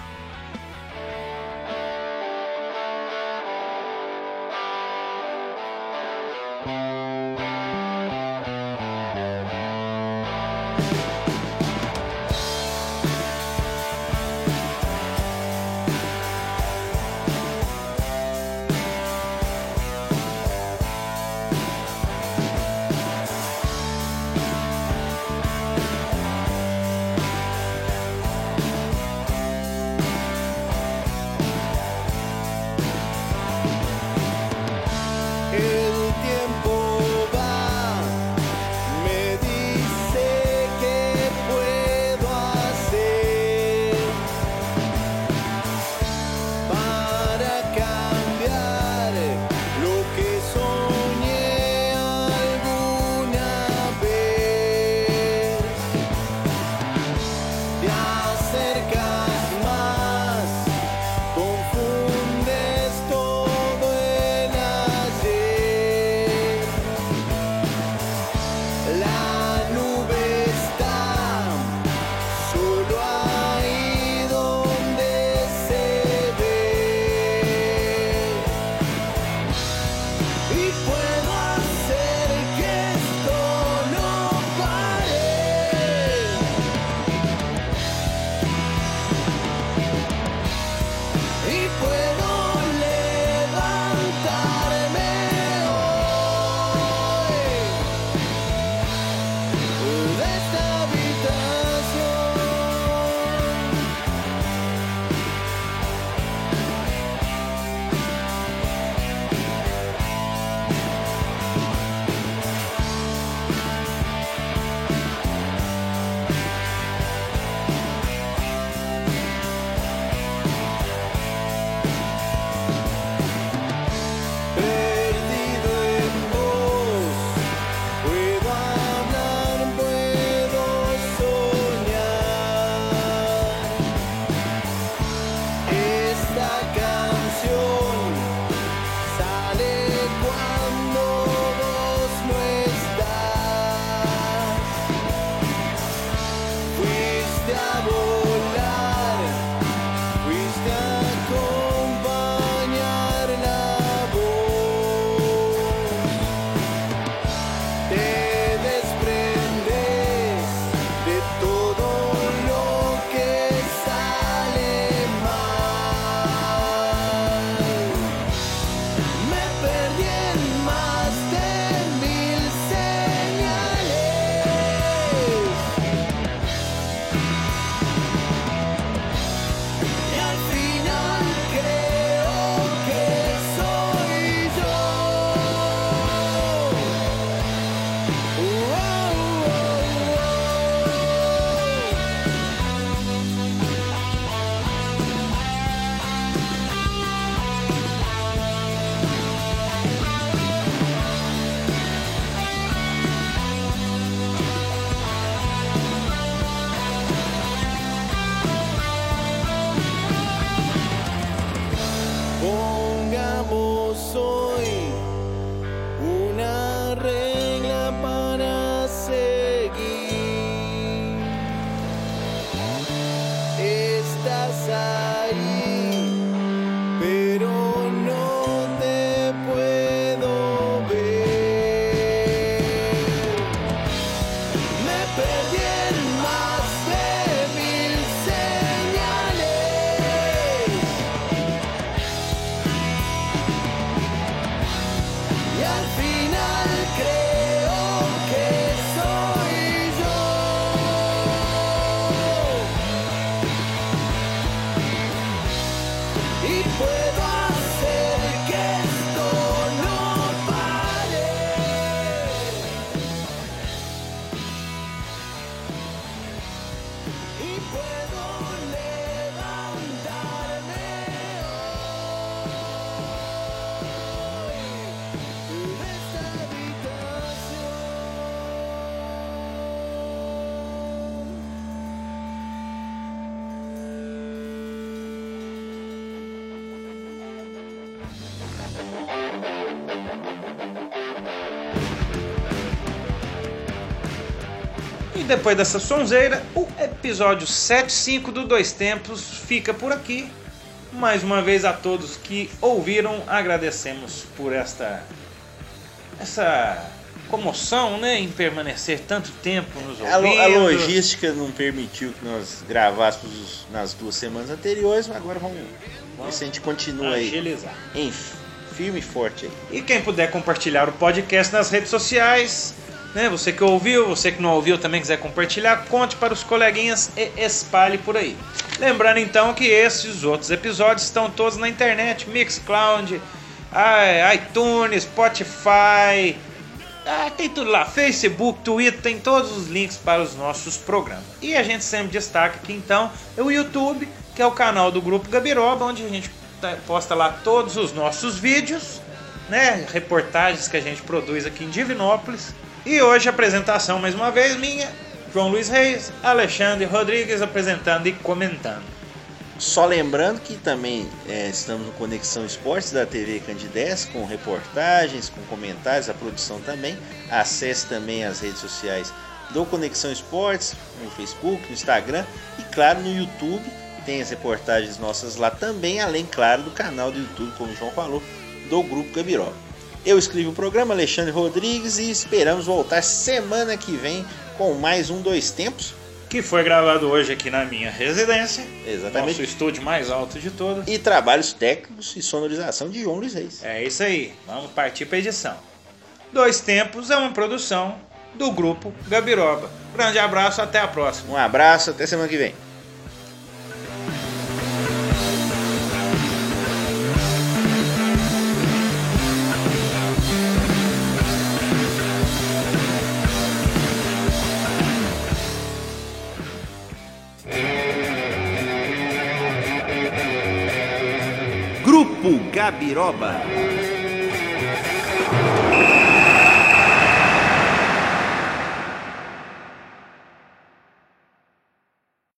depois dessa sonzeira, o episódio setenta e cinco do Dois Tempos fica por aqui. Mais uma vez a todos que ouviram, agradecemos por esta essa comoção, né, em permanecer tanto tempo nos A, lo- ouvindo. a logística não permitiu que nós gravássemos nas duas semanas anteriores, mas agora vamos, vamos ver se a gente continua aí agilizar. em firme e forte aí. E quem puder compartilhar o podcast nas redes sociais, né, você que ouviu, você que não ouviu também quiser compartilhar, conte para os coleguinhas e espalhe por aí. Lembrando então que esses outros episódios estão todos na internet, Mixcloud, iTunes, Spotify, ah, tem tudo lá, Facebook, Twitter, tem todos os links para os nossos programas. E a gente sempre destaca aqui então o YouTube, que é o canal do Grupo Gabiroba, onde a gente posta lá todos os nossos vídeos, né, reportagens que a gente produz aqui em Divinópolis. E hoje a apresentação mais uma vez minha, João Luiz Reis, Alexandre Rodrigues apresentando e comentando. Só lembrando que também é, estamos no Conexão Esportes da T V Candidez, com reportagens, com comentários, a produção também. Acesse também as redes sociais do Conexão Esportes, no Facebook, no Instagram e claro no YouTube. Tem as reportagens nossas lá também, além, claro, do canal do YouTube, como o João falou, do Grupo Gabiroba. Eu escrevi o programa, Alexandre Rodrigues, e esperamos voltar semana que vem com mais um Dois Tempos. Que foi gravado hoje aqui na minha residência. Exatamente. Nosso estúdio mais alto de todos. E trabalhos técnicos e sonorização de João Luiz Reis. É isso aí, vamos partir para a edição. Dois Tempos é uma produção do Grupo Gabiroba. Grande abraço, até a próxima. Um abraço, até semana que vem. Grupo Gabiroba.